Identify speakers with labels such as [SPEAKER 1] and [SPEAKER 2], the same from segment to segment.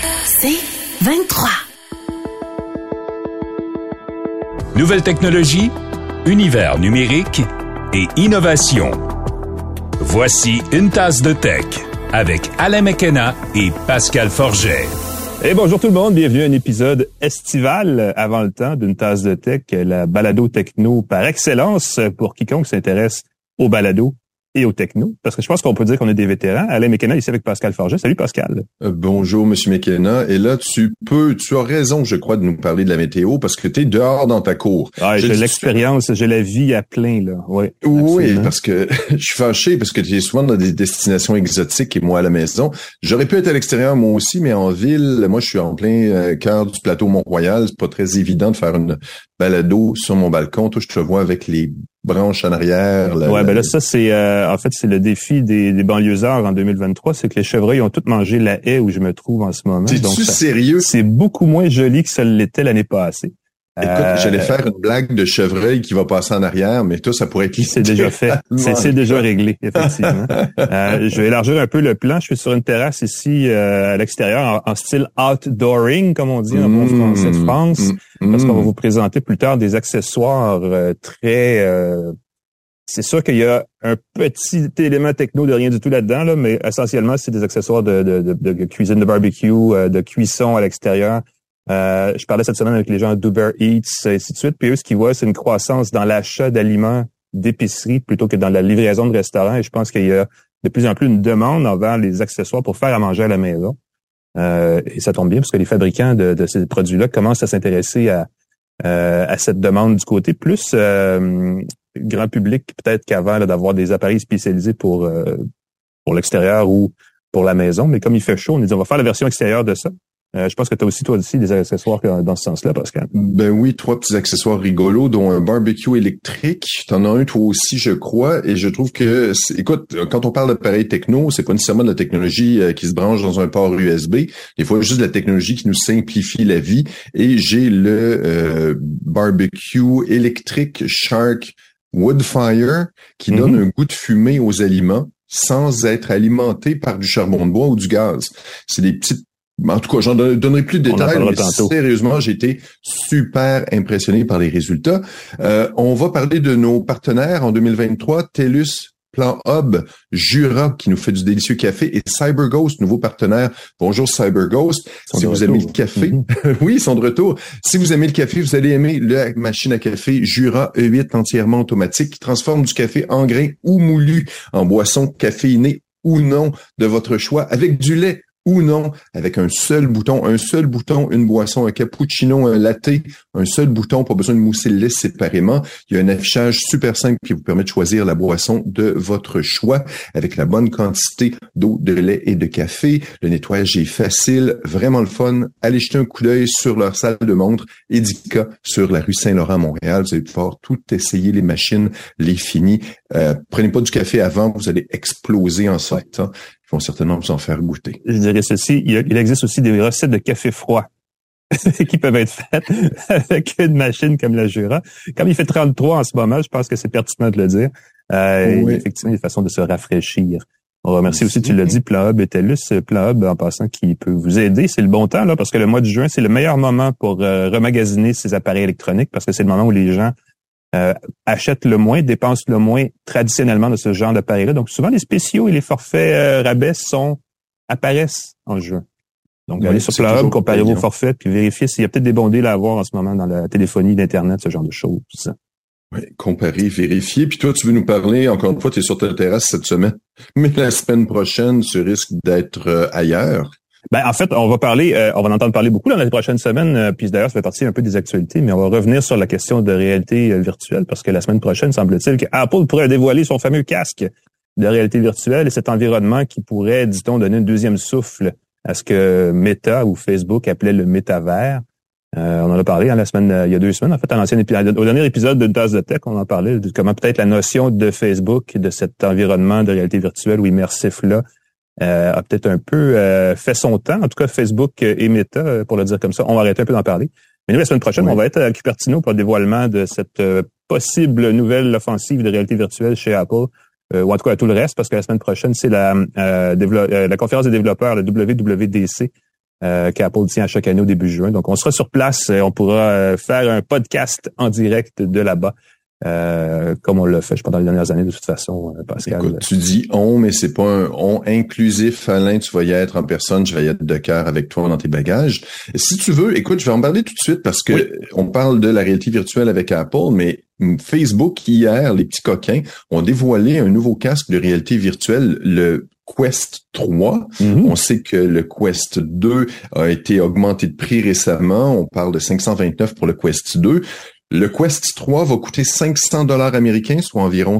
[SPEAKER 1] C'est 23.
[SPEAKER 2] Nouvelles technologies, univers numérique et innovation. Voici Une tasse de tech avec Alain McKenna et Pascal Forget.
[SPEAKER 3] Et bonjour tout le monde, bienvenue à un épisode estival avant le temps d'Une tasse de tech, la balado techno par excellence pour quiconque s'intéresse au balado et au techno, parce que je pense qu'on peut dire qu'on est des vétérans. Alain McKenna ici avec Pascal Forget. Salut Pascal.
[SPEAKER 4] Bonjour Monsieur McKenna. Et là, tu as raison, je crois, de nous parler de la météo parce que tu es dehors dans ta cour.
[SPEAKER 3] Ah, j'ai l'expérience, j'ai la vie à plein, là. Ouais,
[SPEAKER 4] oui,
[SPEAKER 3] absolument.
[SPEAKER 4] parce que je suis fâché parce que tu es souvent dans des destinations exotiques et moi à la maison. J'aurais pu être à l'extérieur moi aussi, mais en ville, moi je suis en plein cœur du plateau Mont-Royal. C'est pas très évident de faire une balado sur mon balcon. Toi, je te vois avec les branches en arrière.
[SPEAKER 3] Ben là, ça, c'est en fait, c'est le défi des banlieusards en 2023, c'est que les chevreuils ont toutes mangé la haie où je me trouve en ce moment.
[SPEAKER 4] T'es-tu sérieux?
[SPEAKER 3] C'est beaucoup moins joli que ça l'était l'année passée.
[SPEAKER 4] Écoute, j'allais faire une blague de chevreuil qui va passer en arrière, mais toi, ça pourrait être...
[SPEAKER 3] C'est déjà fait. C'est déjà réglé, effectivement. Je vais élargir un peu le plan. Je suis sur une terrasse ici à l'extérieur, en style outdooring, comme on dit en bon français de France, parce qu'on va vous présenter plus tard des accessoires très... c'est sûr qu'il y a un petit élément techno de rien du tout là-dedans, là, mais essentiellement, c'est des accessoires de cuisine de barbecue, de cuisson à l'extérieur. Je parlais cette semaine avec les gens d'Uber Eats, et ainsi de suite. Puis eux, ce qu'ils voient, c'est une croissance dans l'achat d'aliments d'épicerie plutôt que dans la livraison de restaurants. Et je pense qu'il y a de plus en plus une demande envers les accessoires pour faire à manger à la maison. Et ça tombe bien parce que les fabricants de ces produits-là commencent à s'intéresser à cette demande du côté plus grand public peut-être qu'avant là, d'avoir des appareils spécialisés pour l'extérieur ou pour la maison. Mais comme il fait chaud, on dit on va faire la version extérieure de ça. Je pense que tu as aussi, toi aussi, des accessoires dans ce sens-là, Pascal.
[SPEAKER 4] Ben oui, 3 petits accessoires rigolos, dont un barbecue électrique. T'en as un, toi aussi, je crois, et je trouve que, écoute, quand on parle d'appareils techno, c'est pas nécessairement de la technologie qui se branche dans un port USB. Des fois, juste de la technologie qui nous simplifie la vie. Et j'ai le barbecue électrique Shark Woodfire qui donne un goût de fumée aux aliments sans être alimenté par du charbon de bois ou du gaz. C'est des petites... En tout cas, j'en donnerai plus de détails, mais sérieusement, j'ai été super impressionné par les résultats. On va parler de nos partenaires en 2023, TELUS, Plan Hub, Jura, qui nous fait du délicieux café, et CyberGhost, nouveau partenaire. Bonjour CyberGhost. Si vous aimez le café, oui, ils sont de retour. Si vous aimez le café, vous allez aimer la machine à café Jura E8 entièrement automatique qui transforme du café en grain ou moulu en boisson caféinée ou non de votre choix avec du lait ou non, avec un seul bouton, une boisson, un cappuccino, un latte, un seul bouton, pas besoin de mousser le lait séparément. Il y a un affichage super simple qui vous permet de choisir la boisson de votre choix avec la bonne quantité d'eau, de lait et de café. Le nettoyage est facile, vraiment le fun. Allez jeter un coup d'œil sur leur salle de montre, Edica, sur la rue Saint-Laurent à Montréal. Vous allez pouvoir tout essayer, les machines, les finis. Prenez pas du café avant, vous allez exploser en sortant. Ils vont certainement vous en faire goûter.
[SPEAKER 3] Je dirais ceci, il existe aussi des recettes de café froid qui peuvent être faites avec une machine comme la Jura. Comme il fait 33 en ce moment, je pense que c'est pertinent de le dire. Oui. Il y a effectivement des façons de se rafraîchir. On remercie aussi, tu l'as dit, Plan Hub et TELUS. Plan Hub, en passant, qui peut vous aider. C'est le bon temps, là, parce que le mois de juin, c'est le meilleur moment pour remagasiner ces appareils électroniques parce que c'est le moment où les gens achètent le moins, dépensent le moins traditionnellement de ce genre d'appareil-là. Donc, souvent, les spéciaux et les forfaits rabais apparaissent en juin. Donc, allez sur Plan Hub, comparez vos forfaits, puis vérifiez s'il y a peut-être des bons deals à avoir en ce moment dans la téléphonie, l'Internet, ce genre de choses.
[SPEAKER 4] Oui, comparer, vérifier. Puis toi, tu veux nous parler, encore une fois, tu es sur ta terrasse cette semaine, mais la semaine prochaine, tu risques d'être ailleurs.
[SPEAKER 3] Ben, en fait, on va en entendre parler beaucoup dans les prochaines semaines, puis d'ailleurs, ça fait partie un peu des actualités, mais on va revenir sur la question de réalité virtuelle, parce que la semaine prochaine, semble-t-il qu'Apple pourrait dévoiler son fameux casque de réalité virtuelle et cet environnement qui pourrait, dit-on, donner un deuxième souffle à ce que Meta ou Facebook appelait le métavers. On en a parlé il y a 2 semaines, en fait, au dernier épisode de Tasse de Tech, on en parlait de comment peut-être la notion de Facebook, de cet environnement de réalité virtuelle ou immersif-là, a peut-être un peu fait son temps. En tout cas, Facebook et Meta, pour le dire comme ça, on va arrêter un peu d'en parler. Mais nous, la semaine prochaine, on va être à Cupertino pour le dévoilement de cette possible nouvelle offensive de réalité virtuelle chez Apple, ou en tout cas à tout le reste, parce que la semaine prochaine, c'est la conférence des développeurs, le WWDC, qu'Apple tient à chaque année au début juin. Donc, on sera sur place. On pourra faire un podcast en direct de là-bas. Comme on l'a fait, je pense, dans les dernières années, de toute façon, Pascal.
[SPEAKER 4] Écoute, tu dis on, mais c'est pas un on inclusif, Alain. Tu vas y être en personne, je vais y être de cœur avec toi dans tes bagages. Et si tu veux, écoute, je vais en parler tout de suite parce que on parle de la réalité virtuelle avec Apple, mais Facebook, hier, les petits coquins, ont dévoilé un nouveau casque de réalité virtuelle, le Quest 3. On sait que le Quest 2 a été augmenté de prix récemment. On parle de 529 pour le Quest 2. Le Quest 3 va coûter 500 $ américains, soit environ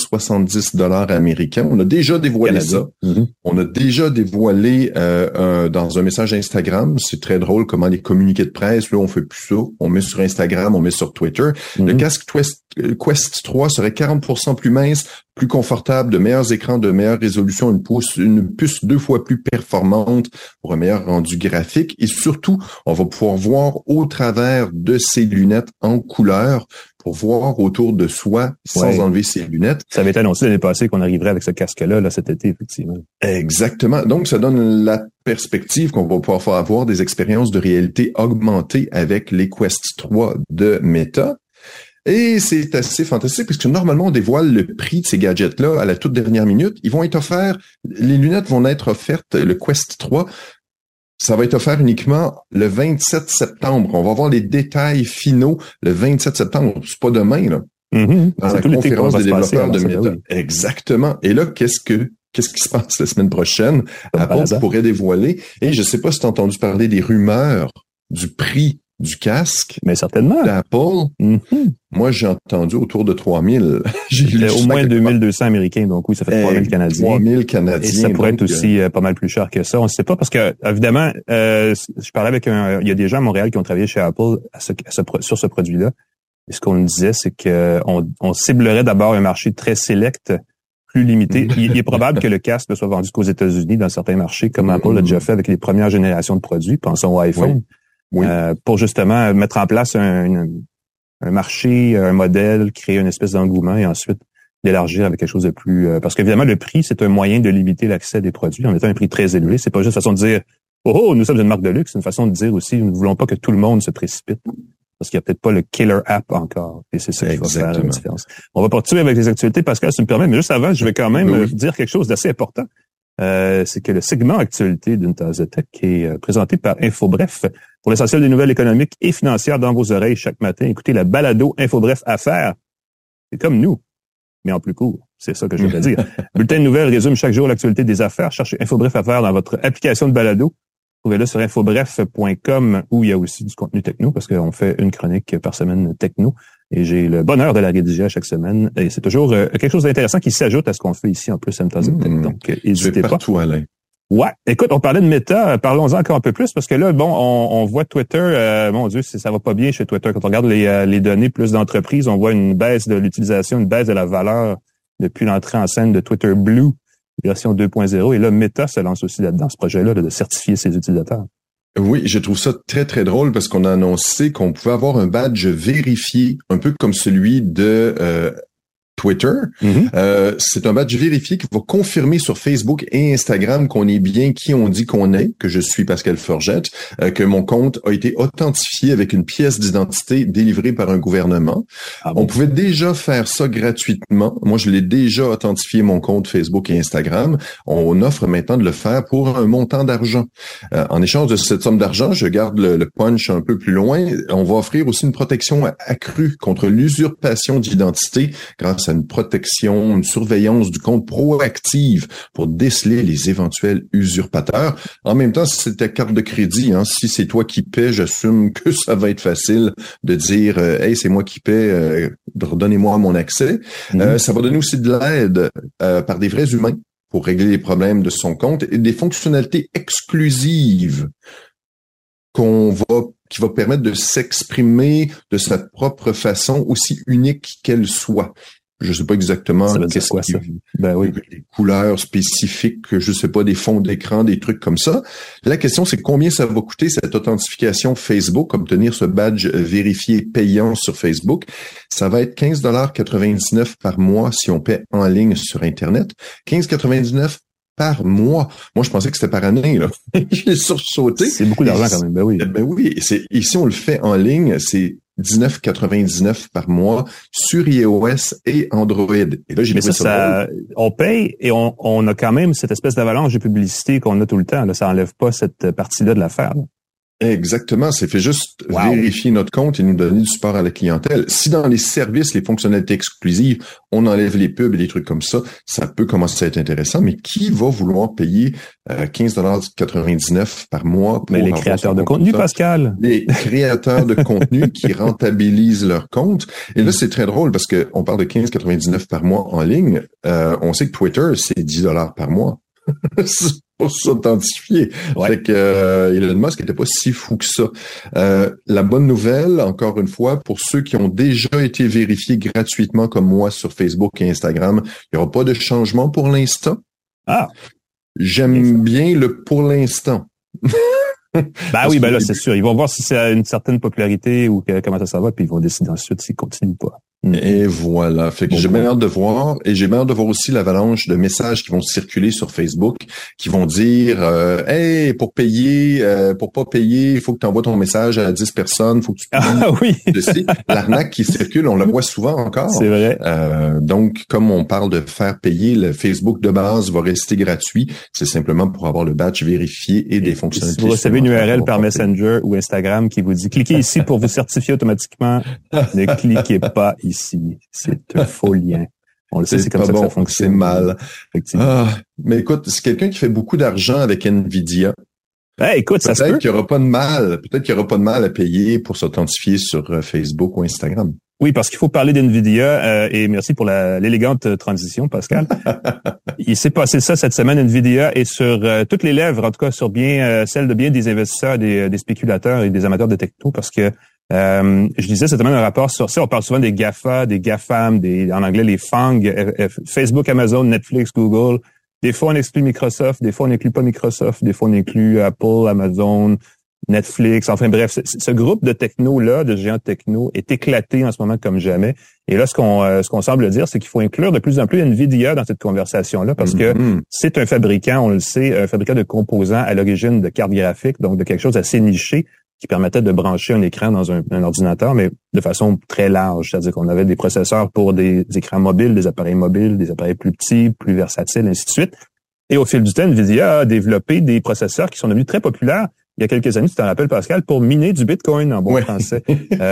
[SPEAKER 4] 670 $ américains. On a déjà dévoilé ça. On a déjà dévoilé dans un message Instagram. C'est très drôle comment les communiqués de presse, là, on fait plus ça. On met sur Instagram, on met sur Twitter. Le casque Quest 3 serait 40% plus mince, plus confortable, de meilleurs écrans, de meilleure résolution, une puce 2 fois plus performante pour un meilleur rendu graphique. Et surtout, on va pouvoir voir au travers de ces lunettes en couleur pour voir autour de soi sans enlever ses lunettes.
[SPEAKER 3] Ça avait été annoncé l'année passée qu'on arriverait avec ce casque-là, là, cet été, effectivement.
[SPEAKER 4] Exactement. Donc, ça donne la perspective qu'on va pouvoir avoir des expériences de réalité augmentée avec les Quest 3 de Meta. Et c'est assez fantastique puisque normalement, on dévoile le prix de ces gadgets-là à la toute dernière minute. Ils vont être offerts, les lunettes vont être offertes, le Quest 3, ça va être offert uniquement le 27 septembre. On va voir les détails finaux le 27 septembre. C'est pas demain, là. Dans la conférence des développeurs de Meta. Exactement. Et là, qu'est-ce qui se passe la semaine prochaine? Apple pourrait dévoiler. Et je sais pas si tu as entendu parler des rumeurs du prix du casque.
[SPEAKER 3] Mais certainement.
[SPEAKER 4] D'Apple. Moi, j'ai entendu autour de 3000.
[SPEAKER 3] J'ai au moins 2200 américains, donc oui, ça fait 3000 Canadiens.
[SPEAKER 4] 3000 Canadiens.
[SPEAKER 3] Et ça pourrait être aussi pas mal plus cher que ça. On ne sait pas parce que, évidemment, je parlais avec il y a des gens à Montréal qui ont travaillé chez Apple sur ce produit-là. Et ce qu'on nous disait, c'est que on ciblerait d'abord un marché très select, plus limité. Il est probable que le casque ne soit vendu qu'aux États-Unis dans certains marchés, comme Apple l'a déjà fait avec les premières générations de produits. Pensons au iPhone. Pour justement mettre en place un marché, un modèle, créer une espèce d'engouement et ensuite d'élargir avec quelque chose de plus... parce qu'évidemment, le prix, c'est un moyen de limiter l'accès des produits en mettant un prix très élevé. C'est pas juste une façon de dire « Oh, nous sommes une marque de luxe », c'est une façon de dire aussi « Nous ne voulons pas que tout le monde se précipite ». Parce qu'il n'y a peut-être pas le killer app encore. Et c'est ça qui va faire la différence. On va poursuivre avec les actualités, Pascal, si tu me permets. Mais juste avant, je vais quand même dire quelque chose d'assez important. C'est que le segment actualité d'une tasse de tech est présenté par InfoBref. Pour l'essentiel des nouvelles économiques et financières dans vos oreilles chaque matin, écoutez la balado InfoBref Affaires. C'est comme nous, mais en plus court. C'est ça que je veux dire. Bulletin de nouvelles résume chaque jour l'actualité des affaires. Cherchez InfoBref Affaires dans votre application de balado. Trouvez-le sur infobref.com où il y a aussi du contenu techno parce qu'on fait une chronique par semaine techno. Et j'ai le bonheur de la rédiger à chaque semaine. Et c'est toujours quelque chose d'intéressant qui s'ajoute à ce qu'on fait ici en plus à Tech. Donc, n'hésitez pas.
[SPEAKER 4] Partout, Alain.
[SPEAKER 3] Ouais. Écoute, on parlait de Meta. Parlons-en encore un peu plus parce que là, bon, on voit Twitter. Mon Dieu, ça va pas bien chez Twitter. Quand on regarde les données plus d'entreprises, on voit une baisse de l'utilisation, une baisse de la valeur depuis l'entrée en scène de Twitter Blue, version 2.0. Et là, Meta se lance aussi là-dedans, ce projet-là, de certifier ses utilisateurs.
[SPEAKER 4] Oui, je trouve ça très, très drôle parce qu'on a annoncé qu'on pouvait avoir un badge vérifié, un peu comme celui de Twitter. C'est un badge vérifié qui va confirmer sur Facebook et Instagram qu'on est bien qui on dit qu'on est, que je suis Pascal Forgette, que mon compte a été authentifié avec une pièce d'identité délivrée par un gouvernement. On pouvait déjà faire ça gratuitement. Moi, je l'ai déjà authentifié mon compte Facebook et Instagram. On offre maintenant de le faire pour un montant d'argent. En échange de cette somme d'argent, je garde le punch un peu plus loin, on va offrir aussi une protection accrue contre l'usurpation d'identité grâce à une protection, une surveillance du compte proactive pour déceler les éventuels usurpateurs. En même temps, si c'est ta carte de crédit, si c'est toi qui paie, j'assume que ça va être facile de dire « Hey, c'est moi qui paie, redonnez-moi mon accès ». Ça va donner aussi de l'aide par des vrais humains pour régler les problèmes de son compte et des fonctionnalités exclusives qui va permettre de s'exprimer de sa propre façon, aussi unique qu'elle soit. Je sais pas exactement
[SPEAKER 3] qu'est-ce que ça.
[SPEAKER 4] Des couleurs spécifiques, je sais pas, des fonds d'écran, des trucs comme ça. La question, c'est combien ça va coûter cette authentification Facebook, obtenir ce badge vérifié payant sur Facebook. Ça va être 15,99 $ par mois si on paie en ligne sur Internet, 15,99 $ par mois. Moi, je pensais que c'était par année, là. J'ai sursauté.
[SPEAKER 3] C'est beaucoup d'argent quand même, ben oui.
[SPEAKER 4] Ben oui. Ici, on le fait en ligne, c'est $19,99 par mois sur iOS et Android. Et là, j'ai trouvé ça drôle.
[SPEAKER 3] On paye et on a quand même cette espèce d'avalanche de publicité qu'on a tout le temps. Là, ça enlève pas cette partie-là de l'affaire. Là.
[SPEAKER 4] Exactement. C'est fait juste vérifier notre compte et nous donner du support à la clientèle. Si dans les services, les fonctionnalités exclusives, on enlève les pubs et des trucs comme ça peut commencer à être intéressant. Mais qui va vouloir payer $15,99 par mois pour
[SPEAKER 3] les créateurs de contenu, Pascal?
[SPEAKER 4] Les créateurs de contenu qui rentabilisent leur compte. Et là, c'est très drôle parce que on parle de $15,99 par mois en ligne. On sait que Twitter, c'est $10 par mois. Pour s'authentifier.
[SPEAKER 3] Ouais.
[SPEAKER 4] Fait que Elon Musk n'était pas si fou que ça. La bonne nouvelle, encore une fois, pour ceux qui ont déjà été vérifiés gratuitement comme moi sur Facebook et Instagram, il n'y aura pas de changement pour l'instant.
[SPEAKER 3] Ah.
[SPEAKER 4] J'aime bien le pour l'instant.
[SPEAKER 3] Ben oui, ben là, c'est sûr. Ils vont voir si c'est à une certaine popularité ou comment ça va, puis ils vont décider ensuite s'ils continuent ou pas.
[SPEAKER 4] Et voilà. Fait que j'ai bien hâte de voir. Et j'ai bien hâte de voir aussi l'avalanche de messages qui vont circuler sur Facebook, qui vont dire hey, pour pas payer, il faut que tu envoies ton message à 10 personnes, faut que tu
[SPEAKER 3] Ah oui.
[SPEAKER 4] L'arnaque qui circule, on la voit souvent encore.
[SPEAKER 3] C'est vrai.
[SPEAKER 4] Donc, comme on parle de faire payer, le Facebook de base va rester gratuit. C'est simplement pour avoir le badge vérifié et des fonctionnalités.
[SPEAKER 3] Si vous recevez une URL par Messenger ou Instagram qui vous dit cliquez ici pour vous certifier automatiquement, ne cliquez pas ici. C'est un faux lien. On le sait, c'est comme ça que ça fonctionne.
[SPEAKER 4] C'est mal. Mais écoute, c'est quelqu'un qui fait beaucoup d'argent avec Nvidia.
[SPEAKER 3] Écoute, ça se peut.
[SPEAKER 4] Peut-être qu'il n'y aura pas de mal à payer pour s'authentifier sur Facebook ou Instagram.
[SPEAKER 3] Oui, parce qu'il faut parler d'NVIDIA, et merci pour l'élégante transition, Pascal. Il s'est passé ça cette semaine. NVIDIA est sur toutes les lèvres, en tout cas sur celle de bien des investisseurs, des spéculateurs et des amateurs de techno, parce que je lisais cette semaine un rapport sur ça. On parle souvent des GAFA, des GAFAM, en anglais les FANG, Facebook, Amazon, Netflix, Google. Des fois, on exclut Microsoft, des fois, on n'inclut pas Microsoft, des fois, on inclut Apple, Amazon, Netflix, enfin bref, ce groupe de techno-là, de géants techno, est éclaté en ce moment comme jamais. Et là, ce qu'on semble dire, c'est qu'il faut inclure de plus en plus NVIDIA dans cette conversation-là, parce que c'est un fabricant, on le sait, un fabricant de composants à l'origine de cartes graphiques, donc de quelque chose assez niché, qui permettait de brancher un écran dans un ordinateur, mais de façon très large. C'est-à-dire qu'on avait des processeurs pour des écrans mobiles, des appareils mobiles, des appareils plus petits, plus versatiles, ainsi de suite. Et au fil du temps, NVIDIA a développé des processeurs qui sont devenus très populaires il y a quelques années, tu t'en rappelles, Pascal, pour miner du Bitcoin en bon français.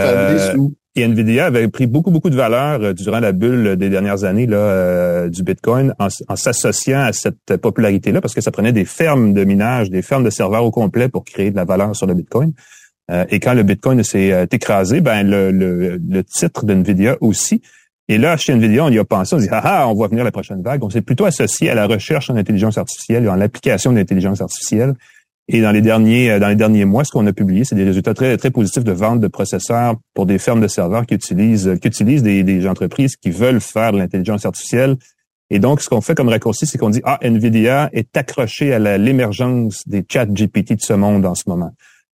[SPEAKER 3] Et NVIDIA avait pris beaucoup de valeur durant la bulle des dernières années là, du Bitcoin en s'associant à cette popularité-là, parce que ça prenait des fermes de minage, des fermes de serveurs au complet pour créer de la valeur sur le Bitcoin. Et quand le Bitcoin s'est écrasé, le titre d'NVIDIA aussi. Et là, chez NVIDIA, on y a pensé, on dit, on va venir la prochaine vague. On s'est plutôt associé à la recherche en intelligence artificielle et en l'application de l'intelligence artificielle. Et dans les derniers mois, ce qu'on a publié, c'est des résultats très, très positifs de vente de processeurs pour des fermes de serveurs qui utilisent des entreprises qui veulent faire de l'intelligence artificielle. Et donc, ce qu'on fait comme raccourci, c'est qu'on dit, NVIDIA est accroché à l'émergence des chats GPT de ce monde en ce moment.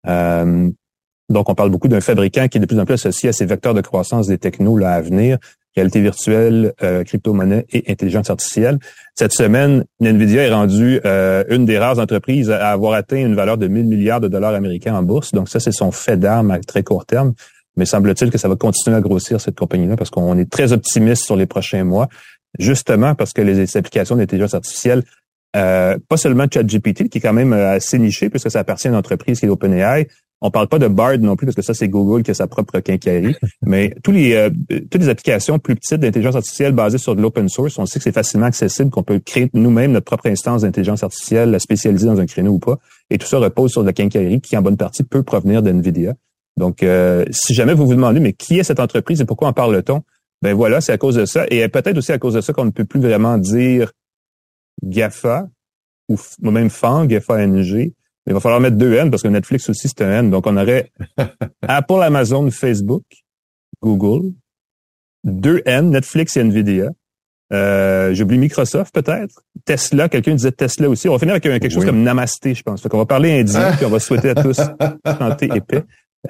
[SPEAKER 3] Donc, on parle beaucoup d'un fabricant qui est de plus en plus associé à ces vecteurs de croissance des technos là à venir, réalité virtuelle, crypto-monnaie et intelligence artificielle. Cette semaine, NVIDIA est rendu une des rares entreprises à avoir atteint une valeur de 1 000 milliards de dollars américains en bourse. Donc ça, c'est son fait d'armes à très court terme. Mais semble-t-il que ça va continuer à grossir, cette compagnie-là, parce qu'on est très optimiste sur les prochains mois, justement parce que les applications d'intelligence artificielle, pas seulement ChatGPT, qui est quand même assez niché, puisque ça appartient à une entreprise qui est OpenAI. On parle pas de Bard non plus, parce que ça, c'est Google qui a sa propre quincaillerie. Mais toutes les applications plus petites d'intelligence artificielle basées sur de l'open source, on sait que c'est facilement accessible, qu'on peut créer nous-mêmes notre propre instance d'intelligence artificielle, la spécialiser dans un créneau ou pas. Et tout ça repose sur de la quincaillerie qui, en bonne partie, peut provenir d'NVIDIA. Donc, si jamais vous vous demandez, mais qui est cette entreprise et pourquoi en parle-t-on? Ben voilà, c'est à cause de ça. Et peut-être aussi à cause de ça qu'on ne peut plus vraiment dire GAFA ou même FANG, F-A-N-G. Il va falloir mettre 2 N parce que Netflix aussi, c'est un N. Donc, on aurait Apple, Amazon, Facebook, Google, 2 N, Netflix et NVIDIA. J'oublie Microsoft peut-être. Tesla, quelqu'un disait Tesla aussi. On va finir avec quelque chose comme Namasté, je pense. Fait qu'on va parler indien puis on va souhaiter à tous chanter épais.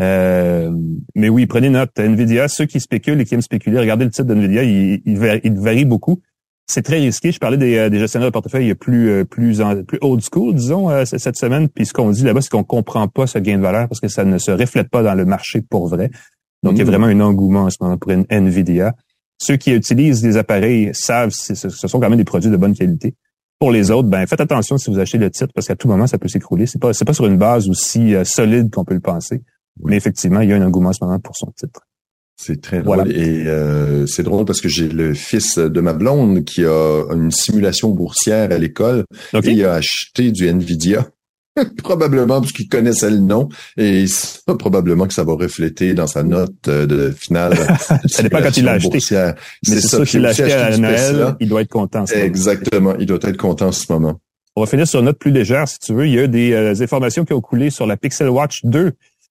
[SPEAKER 3] Mais oui, prenez note. NVIDIA, ceux qui spéculent et qui aiment spéculer, regardez le titre d'NVIDIA, il varie beaucoup. c'est très risqué. Je parlais des gestionnaires de portefeuille plus old school, disons, cette semaine. Puis ce qu'on dit là-bas, c'est qu'on comprend pas ce gain de valeur parce que ça ne se reflète pas dans le marché pour vrai. Donc, il y a vraiment un engouement en ce moment pour une Nvidia. Ceux qui utilisent des appareils savent que ce sont quand même des produits de bonne qualité. Pour les autres, faites attention si vous achetez le titre parce qu'à tout moment, ça peut s'écrouler. C'est pas sur une base aussi solide qu'on peut le penser. Mais effectivement, il y a un engouement en ce moment pour son titre.
[SPEAKER 4] C'est très drôle. Voilà. Et c'est drôle parce que j'ai le fils de ma blonde qui a une simulation boursière à l'école. Okay. Et il a acheté du Nvidia. Probablement parce qu'il connaissait le nom et probablement que ça va refléter dans sa note de finale.
[SPEAKER 3] Ça dépend quand il l'a acheté. Mais c'est ça qu'il l'a acheté à Noël, il doit être content en ce moment.
[SPEAKER 4] Exactement, il doit être content en ce moment.
[SPEAKER 3] On va finir sur une note plus légère, si tu veux. Il y a des informations qui ont coulé sur la Pixel Watch 2.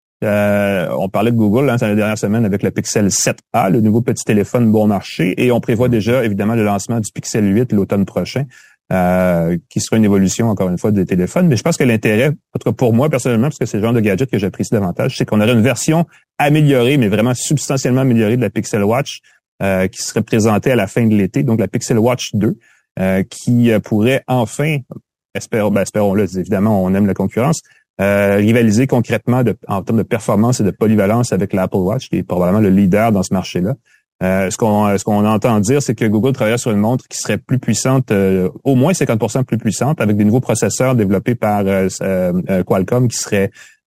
[SPEAKER 3] On parlait de Google la dernière semaine avec le Pixel 7a, le nouveau petit téléphone bon marché, et on prévoit déjà évidemment le lancement du Pixel 8 l'automne prochain. Qui sera une évolution, encore une fois, des téléphones. Mais je pense que l'intérêt, en tout cas pour moi personnellement, parce que c'est le genre de gadget que j'apprécie davantage, c'est qu'on aurait une version améliorée, mais vraiment substantiellement améliorée de la Pixel Watch qui serait présentée à la fin de l'été, donc la Pixel Watch 2, qui pourrait enfin, espérons-le, évidemment, on aime la concurrence, rivaliser concrètement en termes de performance et de polyvalence avec l'Apple Watch, qui est probablement le leader dans ce marché-là. Ce qu'on entend dire, c'est que Google travaille sur une montre qui serait plus puissante, au moins 50% plus puissante, avec des nouveaux processeurs développés par Qualcomm qui seraient,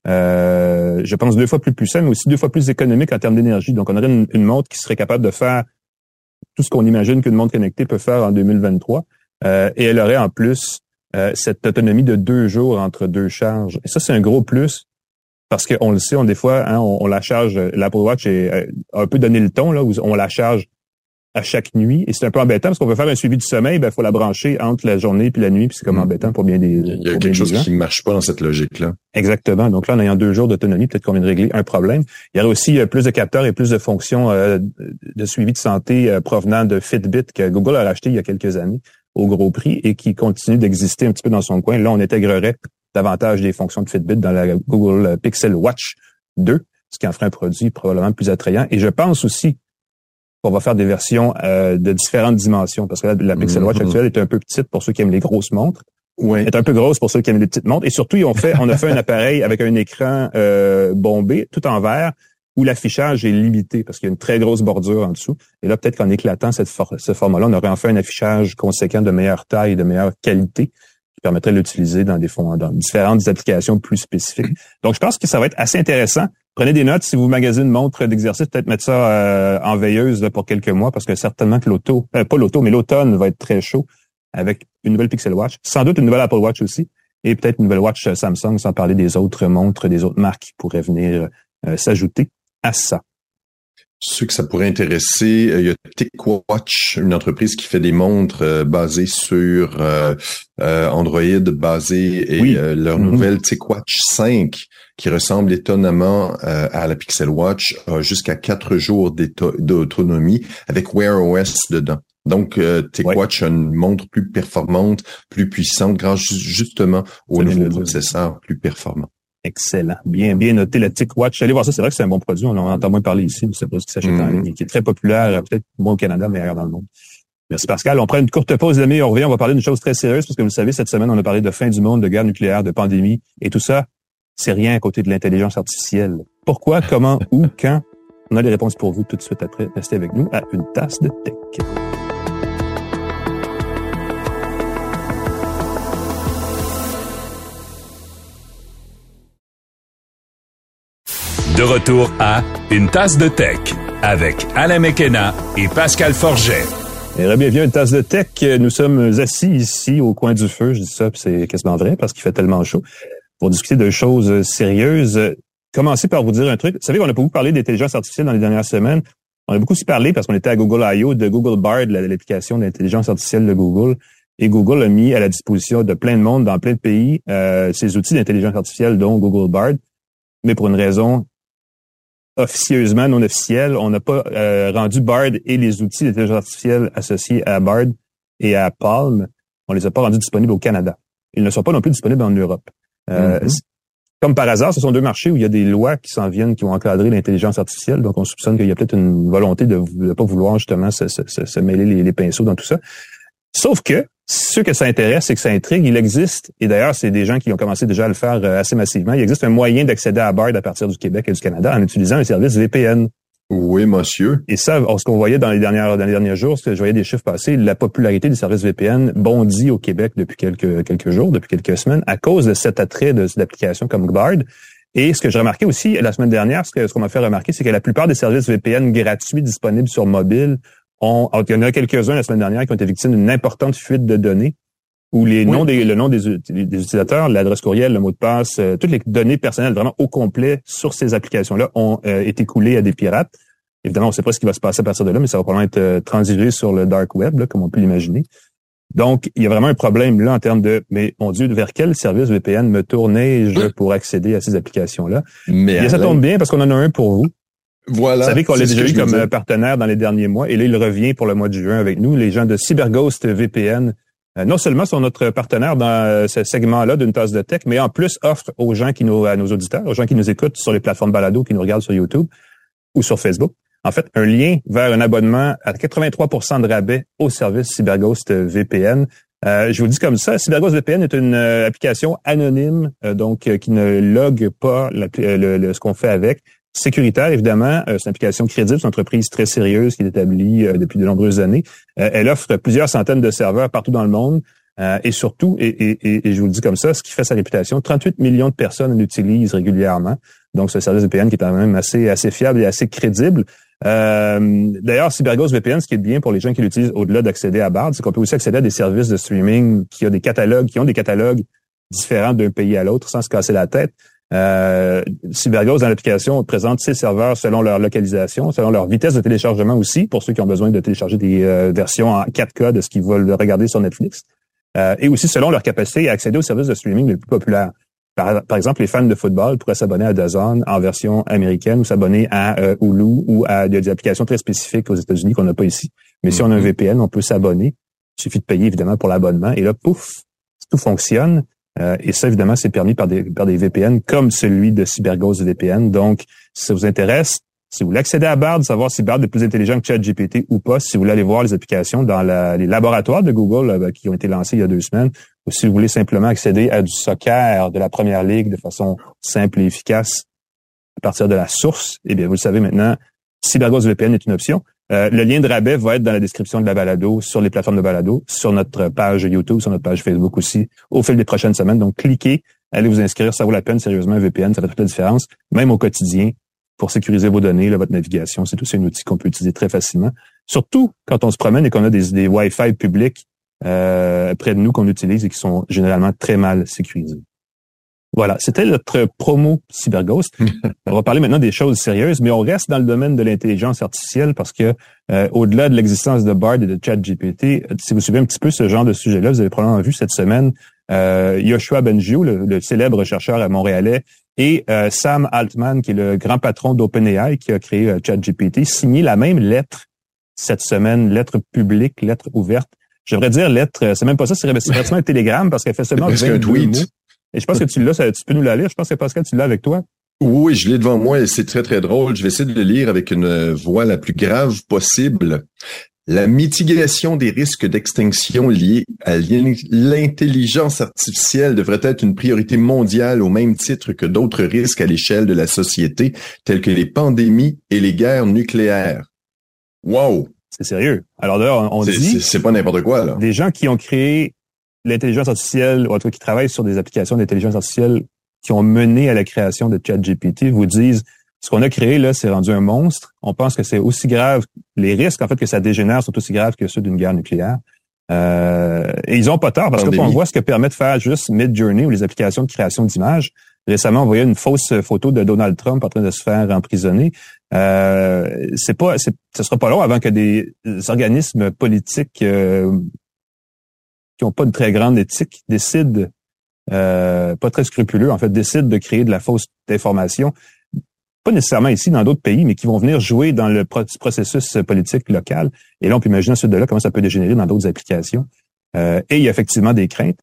[SPEAKER 3] je pense, 2 fois plus puissants, mais aussi 2 fois plus économiques en termes d'énergie. Donc, on aurait une montre qui serait capable de faire tout ce qu'on imagine qu'une montre connectée peut faire en 2023. Et elle aurait en plus cette autonomie de 2 jours entre 2 charges. Et ça, c'est un gros plus. Parce qu'on le sait, des fois, on la charge, l'Apple Watch a un peu donné le ton, là, où on la charge à chaque nuit. Et c'est un peu embêtant parce qu'on veut faire un suivi du sommeil, il faut la brancher entre la journée puis la nuit, puis c'est comme embêtant pour bien des.
[SPEAKER 4] Il y a quelque chose qui ne marche pas dans cette logique-là.
[SPEAKER 3] Exactement. Donc là, en ayant 2 jours d'autonomie, peut-être qu'on vient de régler un problème. Il y aurait aussi plus de capteurs et plus de fonctions de suivi de santé provenant de Fitbit que Google a racheté il y a quelques années au gros prix et qui continue d'exister un petit peu dans son coin. Là, on intégrerait davantage des fonctions de Fitbit dans la Google Pixel Watch 2, ce qui en ferait un produit probablement plus attrayant. Et je pense aussi qu'on va faire des versions de différentes dimensions, parce que la Pixel Watch actuelle est un peu petite pour ceux qui aiment les grosses montres.
[SPEAKER 4] Oui.
[SPEAKER 3] Elle est un peu grosse pour ceux qui aiment les petites montres. Et surtout, on a fait un appareil avec un écran bombé, tout en verre, où l'affichage est limité, parce qu'il y a une très grosse bordure en dessous. Et là, peut-être qu'en éclatant ce format-là, on aurait enfin un affichage conséquent de meilleure taille et de meilleure qualité, qui permettrait de l'utiliser dans différentes applications plus spécifiques. Donc, je pense que ça va être assez intéressant. Prenez des notes. Si vous magasinez une montre d'exercice, peut-être mettre ça en veilleuse là, pour quelques mois, parce que certainement que l'automne va être très chaud avec une nouvelle Pixel Watch. Sans doute une nouvelle Apple Watch aussi. Et peut-être une nouvelle Watch Samsung, sans parler des autres montres, des autres marques qui pourraient venir s'ajouter à ça.
[SPEAKER 4] Ceux que ça pourrait intéresser, il y a TicWatch, une entreprise qui fait des montres basées sur Android, leur nouvelle TicWatch 5, qui ressemble étonnamment à la Pixel Watch, a jusqu'à 4 jours d'autonomie avec Wear OS dedans. Donc, TicWatch a une montre plus performante, plus puissante, grâce justement au nouveau processeur plus performant.
[SPEAKER 3] Excellent. Bien noté, la TicWatch. Allez voir ça, c'est vrai que c'est un bon produit. On en entend moins parler ici, mais c'est pas ce qui s'achète en ligne, qui est très populaire, peut-être moins au Canada, mais ailleurs dans le monde. Merci Pascal. On prend une courte pause, les amis. On revient, on va parler d'une chose très sérieuse, parce que vous le savez, cette semaine, on a parlé de fin du monde, de guerre nucléaire, de pandémie, et tout ça, c'est rien à côté de l'intelligence artificielle. Pourquoi, comment, où, quand? On a les réponses pour vous tout de suite après. Restez avec nous à Une Tasse de Tech.
[SPEAKER 2] De retour à Une Tasse de Tech avec Alain McKenna et Pascal Forget.
[SPEAKER 3] Et bienvenue à Une Tasse de Tech. Nous sommes assis ici au coin du feu. Je dis ça, puis c'est quasiment vrai parce qu'il fait tellement chaud. Pour discuter de choses sérieuses. Commencer par vous dire un truc. Vous savez qu'on a beaucoup parlé d'intelligence artificielle dans les dernières semaines. On a beaucoup aussi parlé parce qu'on était à Google I.O. de Google Bard, l'application d'intelligence artificielle de Google. Et Google a mis à la disposition de plein de monde dans plein de pays ces outils d'intelligence artificielle, dont Google Bard. Mais pour une raison officieusement non officielle, on n'a pas rendu Bard et les outils d'intelligence artificielle associés à Bard et à Palm, on les a pas rendus disponibles au Canada. Ils ne sont pas non plus disponibles en Europe. Comme par hasard, ce sont 2 marchés où il y a des lois qui s'en viennent, qui vont encadrer l'intelligence artificielle. Donc, on soupçonne qu'il y a peut-être une volonté de pas vouloir justement se mêler les pinceaux dans tout ça. Sauf que, ceux que ça intéresse et que ça intrigue, il existe, et d'ailleurs, c'est des gens qui ont commencé déjà à le faire assez massivement, il existe un moyen d'accéder à Bard à partir du Québec et du Canada en utilisant un service VPN.
[SPEAKER 4] Oui, monsieur.
[SPEAKER 3] Et ça, ce qu'on voyait dans les derniers jours, ce que je voyais des chiffres passer, la popularité des services VPN bondit au Québec depuis quelques jours, depuis quelques semaines, à cause de cet attrait d'applications comme Bard. Et ce que j'ai remarqué aussi la semaine dernière, ce qu'on m'a fait remarquer, c'est que la plupart des services VPN gratuits disponibles sur mobile il y en a quelques-uns la semaine dernière qui ont été victimes d'une importante fuite de données où le nom des utilisateurs, l'adresse courriel, le mot de passe, toutes les données personnelles vraiment au complet sur ces applications-là ont été coulées à des pirates. Évidemment, on ne sait pas ce qui va se passer à partir de là, mais ça va probablement être transigé sur le dark web, là, comme on peut l'imaginer. Donc, il y a vraiment un problème là en termes de, mais mon Dieu, vers quel service VPN me tournais-je pour accéder à ces applications-là? Et ça tombe bien parce qu'on en a un pour vous.
[SPEAKER 4] Voilà.
[SPEAKER 3] Vous savez qu'on l'a déjà eu comme partenaire dans les derniers mois, et là, il revient pour le mois de juin avec nous, les gens de CyberGhost VPN. Non seulement sont notre partenaire dans ce segment-là d'une tasse de tech, mais en plus offre aux gens à nos auditeurs, aux gens qui nous écoutent sur les plateformes balado, qui nous regardent sur YouTube ou sur Facebook, en fait, un lien vers un abonnement à 83% de rabais au service CyberGhost VPN. Je vous dis comme ça, CyberGhost VPN est une application anonyme, donc qui ne logue pas ce qu'on fait avec. Sécuritaire, évidemment. C'est une application crédible, c'est une entreprise très sérieuse qui est établie depuis de nombreuses années. Elle offre plusieurs centaines de serveurs partout dans le monde. Et surtout, et je vous le dis comme ça, ce qui fait sa réputation, 38 millions de personnes l'utilisent régulièrement. Donc, c'est un service VPN qui est quand même assez fiable et assez crédible. D'ailleurs, CyberGhost VPN, ce qui est bien pour les gens qui l'utilisent au-delà d'accéder à Bard, c'est qu'on peut aussi accéder à des services de streaming qui ont des catalogues différents d'un pays à l'autre sans se casser la tête. CyberGhost dans l'application présente ses serveurs selon leur localisation, selon leur vitesse de téléchargement aussi, pour ceux qui ont besoin de télécharger des versions en 4K de ce qu'ils veulent regarder sur Netflix, et aussi selon leur capacité à accéder aux services de streaming les plus populaires. Par exemple, les fans de football pourraient s'abonner à DAZN en version américaine ou s'abonner à Hulu ou à des applications très spécifiques aux États-Unis qu'on n'a pas ici. Mais si on a un VPN, on peut s'abonner. Il suffit de payer évidemment pour l'abonnement et là, pouf, tout fonctionne. Et ça, évidemment, c'est permis par des VPN comme celui de CyberGhost VPN. Donc, si ça vous intéresse, si vous voulez accéder à Bard, savoir si Bard est plus intelligent que ChatGPT ou pas, si vous voulez aller voir les applications dans les laboratoires de Google qui ont été lancés il y a 2 semaines, ou si vous voulez simplement accéder à du soccer de la première ligue de façon simple et efficace à partir de la source, eh bien, vous le savez maintenant, CyberGhost VPN est une option. Le lien de rabais va être dans la description de la balado, sur les plateformes de balado, sur notre page YouTube, sur notre page Facebook aussi, au fil des prochaines semaines. Donc, cliquez, allez vous inscrire, ça vaut la peine, sérieusement, un VPN, ça fait toute la différence, même au quotidien, pour sécuriser vos données, là, votre navigation. C'est aussi un outil qu'on peut utiliser très facilement. Surtout quand on se promène et qu'on a des Wi-Fi publics près de nous qu'on utilise et qui sont généralement très mal sécurisés. Voilà, c'était notre promo CyberGhost. On va parler maintenant des choses sérieuses, mais on reste dans le domaine de l'intelligence artificielle parce que au-delà de l'existence de Bard et de ChatGPT, si vous suivez un petit peu ce genre de sujet-là, vous avez probablement vu cette semaine Yoshua Bengio, le célèbre chercheur montréalais, et Sam Altman, qui est le grand patron d'OpenAI, qui a créé ChatGPT, signer la même lettre cette semaine, lettre publique, lettre ouverte. Je devrais dire lettre, c'est même pas ça, c'est pratiquement un télégramme parce qu'elle fait seulement 22 mots. Et je pense que tu l'as, tu peux nous la lire. Je pense que Pascal, tu l'as avec toi.
[SPEAKER 4] Oui, je l'ai devant moi et c'est très, très drôle. Je vais essayer de le lire avec une voix la plus grave possible. La mitigation des risques d'extinction liés à l'intelligence artificielle devrait être une priorité mondiale au même titre que d'autres risques à l'échelle de la société, tels que les pandémies et les guerres nucléaires. Wow!
[SPEAKER 3] C'est sérieux. Alors là, on dit...
[SPEAKER 4] C'est pas n'importe quoi, là.
[SPEAKER 3] Des gens qui ont créé l'intelligence artificielle, ou en tout cas qui travaillent sur des applications d'intelligence artificielle qui ont mené à la création de ChatGPT, vous disent, ce qu'on a créé là, c'est rendu un monstre. On pense que c'est aussi grave, les risques en fait que ça dégénère sont aussi graves que ceux d'une guerre nucléaire. Et ils ont pas tort, parce que quand on voit ce que permet de faire juste Midjourney ou les applications de création d'images. Récemment, on voyait une fausse photo de Donald Trump en train de se faire emprisonner. Ce sera pas long avant que des organismes politiques qui ont pas une très grande éthique décident, pas très scrupuleux, en fait, décident de créer de la fausse information. Pas nécessairement ici, dans d'autres pays, mais qui vont venir jouer dans le processus politique local. Et là, on peut imaginer ensuite de là comment ça peut dégénérer dans d'autres applications. Et il y a effectivement des craintes.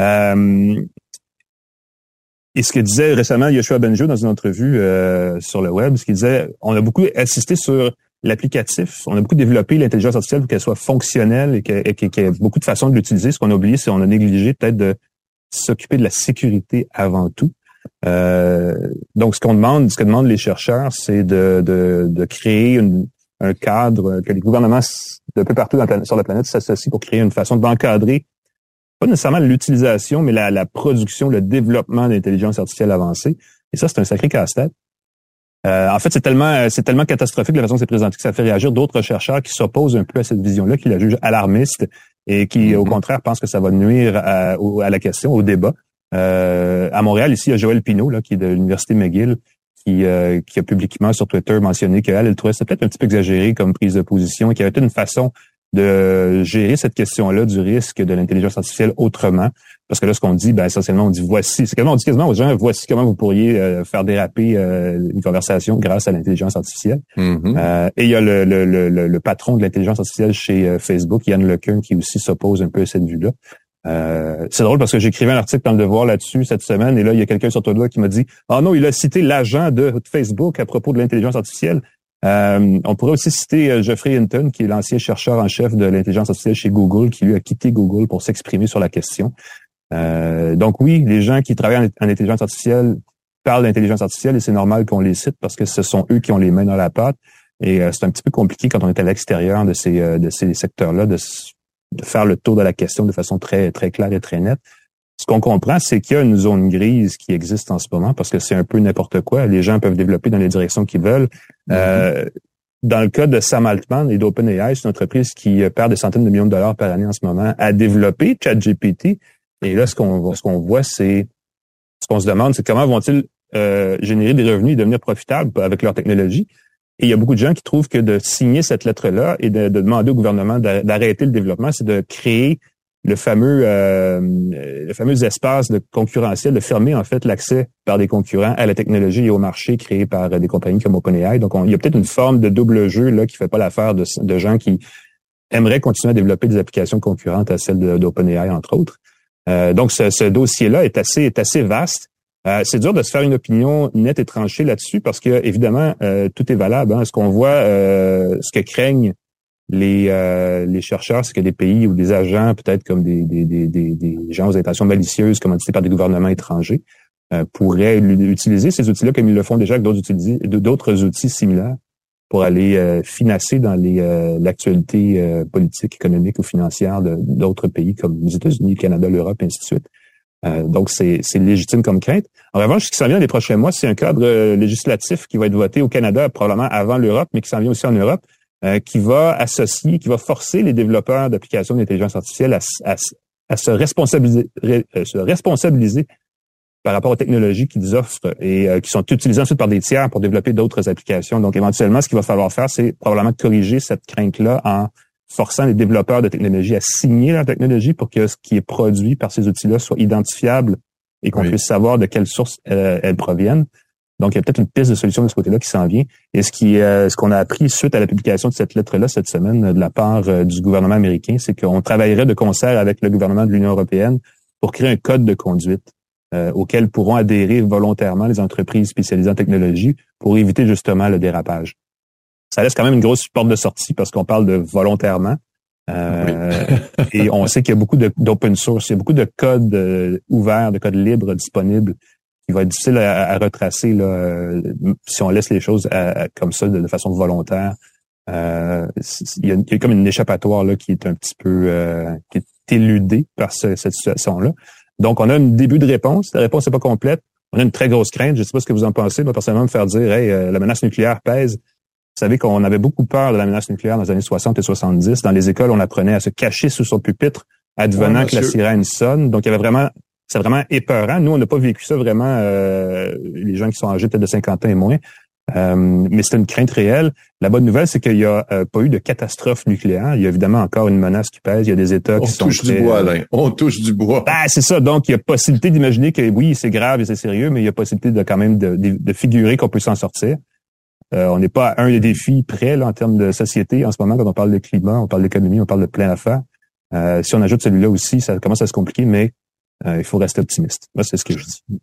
[SPEAKER 3] Et ce que disait récemment Yoshua Bengio dans une entrevue sur le web, ce qu'il disait, on a beaucoup insisté sur l'applicatif. On a beaucoup développé l'intelligence artificielle pour qu'elle soit fonctionnelle et qu'il y ait beaucoup de façons de l'utiliser. Ce qu'on a oublié, c'est qu'on a négligé peut-être de s'occuper de la sécurité avant tout. Donc, ce que demandent les chercheurs, c'est de créer un cadre que les gouvernements de peu partout sur la planète s'associent pour créer une façon d'encadrer, pas nécessairement l'utilisation, mais la production, le développement d'intelligence artificielle avancée. Et ça, c'est un sacré casse-tête. En fait, c'est tellement catastrophique la façon que c'est présenté que ça fait réagir d'autres chercheurs qui s'opposent un peu à cette vision-là, qui la jugent alarmiste et qui, au contraire, pensent que ça va nuire à la question, au débat. À Montréal, ici, il y a Joëlle Pineau, là, qui est de l'Université McGill, qui a publiquement sur Twitter mentionné qu'elle trouvait ça peut-être un petit peu exagéré comme prise de position et qu'il y avait peut-être une façon de gérer cette question-là du risque de l'intelligence artificielle autrement. Parce que là, ce qu'on dit, essentiellement, on dit on dit quasiment aux gens, voici comment vous pourriez faire déraper une conversation grâce à l'intelligence artificielle. Et il y a le patron de l'intelligence artificielle chez Facebook, Yann LeCun, qui aussi s'oppose un peu à cette vue-là. C'est drôle parce que j'écrivais un article dans Le Devoir là-dessus cette semaine et là, il y a quelqu'un sur Twitter qui m'a dit « Ah non, il a cité l'agent de Facebook à propos de l'intelligence artificielle. » On pourrait aussi citer Geoffrey Hinton, qui est l'ancien chercheur en chef de l'intelligence artificielle chez Google, qui lui a quitté Google pour s'exprimer sur la question. Donc oui, les gens qui travaillent en intelligence artificielle parlent d'intelligence artificielle et c'est normal qu'on les cite parce que ce sont eux qui ont les mains dans la pâte. Et c'est un petit peu compliqué quand on est à l'extérieur de ces secteurs-là de faire le tour de la question de façon très, très claire et très nette. Ce qu'on comprend, c'est qu'il y a une zone grise qui existe en ce moment parce que c'est un peu n'importe quoi. Les gens peuvent développer dans les directions qu'ils veulent. Dans le cas de Sam Altman et d'OpenAI, c'est une entreprise qui perd des centaines de millions de dollars par année en ce moment à développer ChatGPT. Et là, ce qu'on voit, ce qu'on se demande, c'est comment vont-ils générer des revenus et devenir profitables avec leur technologie. Et il y a beaucoup de gens qui trouvent que de signer cette lettre-là et de demander au gouvernement d'arrêter le développement, c'est de créer le fameux espace de concurrentiel, de fermer en fait l'accès par des concurrents à la technologie et au marché créé par des compagnies comme OpenAI. Donc, il y a peut-être une forme de double jeu là qui fait pas l'affaire de gens qui aimeraient continuer à développer des applications concurrentes à celles d'OpenAI, entre autres. Donc, ce dossier-là est assez vaste. C'est dur de se faire une opinion nette et tranchée là-dessus parce que, évidemment, tout est valable. Hein. Ce qu'on voit, ce que craignent les chercheurs, c'est que des pays ou des agents, peut-être comme des gens aux intentions malicieuses commandités par des gouvernements étrangers, pourraient utiliser ces outils-là comme ils le font déjà avec d'autres outils similaires pour aller financer dans l'actualité politique, économique ou financière d'autres pays comme les États-Unis, le Canada, l'Europe, et ainsi de suite. Donc, c'est légitime comme crainte. En revanche, ce qui s'en vient dans les prochains mois, c'est un cadre législatif qui va être voté au Canada, probablement avant l'Europe, mais qui s'en vient aussi en Europe, qui va forcer les développeurs d'applications d'intelligence artificielle à se responsabiliser par rapport aux technologies qu'ils offrent et qui sont utilisées ensuite par des tiers pour développer d'autres applications. Donc, éventuellement, ce qu'il va falloir faire, c'est probablement corriger cette crainte-là en forçant les développeurs de technologie à signer leur technologie pour que ce qui est produit par ces outils-là soit identifiable et qu'on puisse savoir de quelle source elles proviennent. Donc, il y a peut-être une piste de solution de ce côté-là qui s'en vient. Et ce qu'on a appris suite à la publication de cette lettre-là cette semaine de la part du gouvernement américain, c'est qu'on travaillerait de concert avec le gouvernement de l'Union européenne pour créer un code de conduite auquel pourront adhérer volontairement les entreprises spécialisées en technologie pour éviter justement le dérapage. Ça laisse quand même une grosse porte de sortie parce qu'on parle de volontairement. Et on sait qu'il y a beaucoup d'open source, il y a beaucoup de codes ouverts, de codes libres disponibles qui va être difficile à retracer là, si on laisse les choses comme ça de façon volontaire. Il y a comme une échappatoire là qui est un petit peu qui est éludée par cette situation-là. Donc, on a un début de réponse. La réponse n'est pas complète. On a une très grosse crainte. Je ne sais pas ce que vous en pensez. Moi, personnellement, me faire dire, hey, la menace nucléaire pèse. Vous savez qu'on avait beaucoup peur de la menace nucléaire dans les années 60 et 70. Dans les écoles, on apprenait à se cacher sous son pupitre, advenant que la sirène sonne. Donc, il y avait vraiment, c'est vraiment épeurant. Nous, on n'a pas vécu ça vraiment, les gens qui sont âgés peut-être de 50 ans et moins. Mais c'était une crainte réelle. La bonne nouvelle, c'est qu'il n'y a pas eu de catastrophe nucléaire. Il y a évidemment encore une menace qui pèse. Il y a des États qui sont
[SPEAKER 4] On touche du bois, Alain. On touche du bois.
[SPEAKER 3] C'est ça. Donc, il y a possibilité d'imaginer que oui, c'est grave et c'est sérieux, mais il y a possibilité de quand même de figurer qu'on peut s'en sortir. On n'est pas à un des défis près là, en termes de société en ce moment. Quand on parle de climat, on parle d'économie, on parle de plein d'affaires. Si on ajoute celui-là aussi, ça commence à se compliquer, mais il faut rester optimiste. Moi, c'est ce que je dis.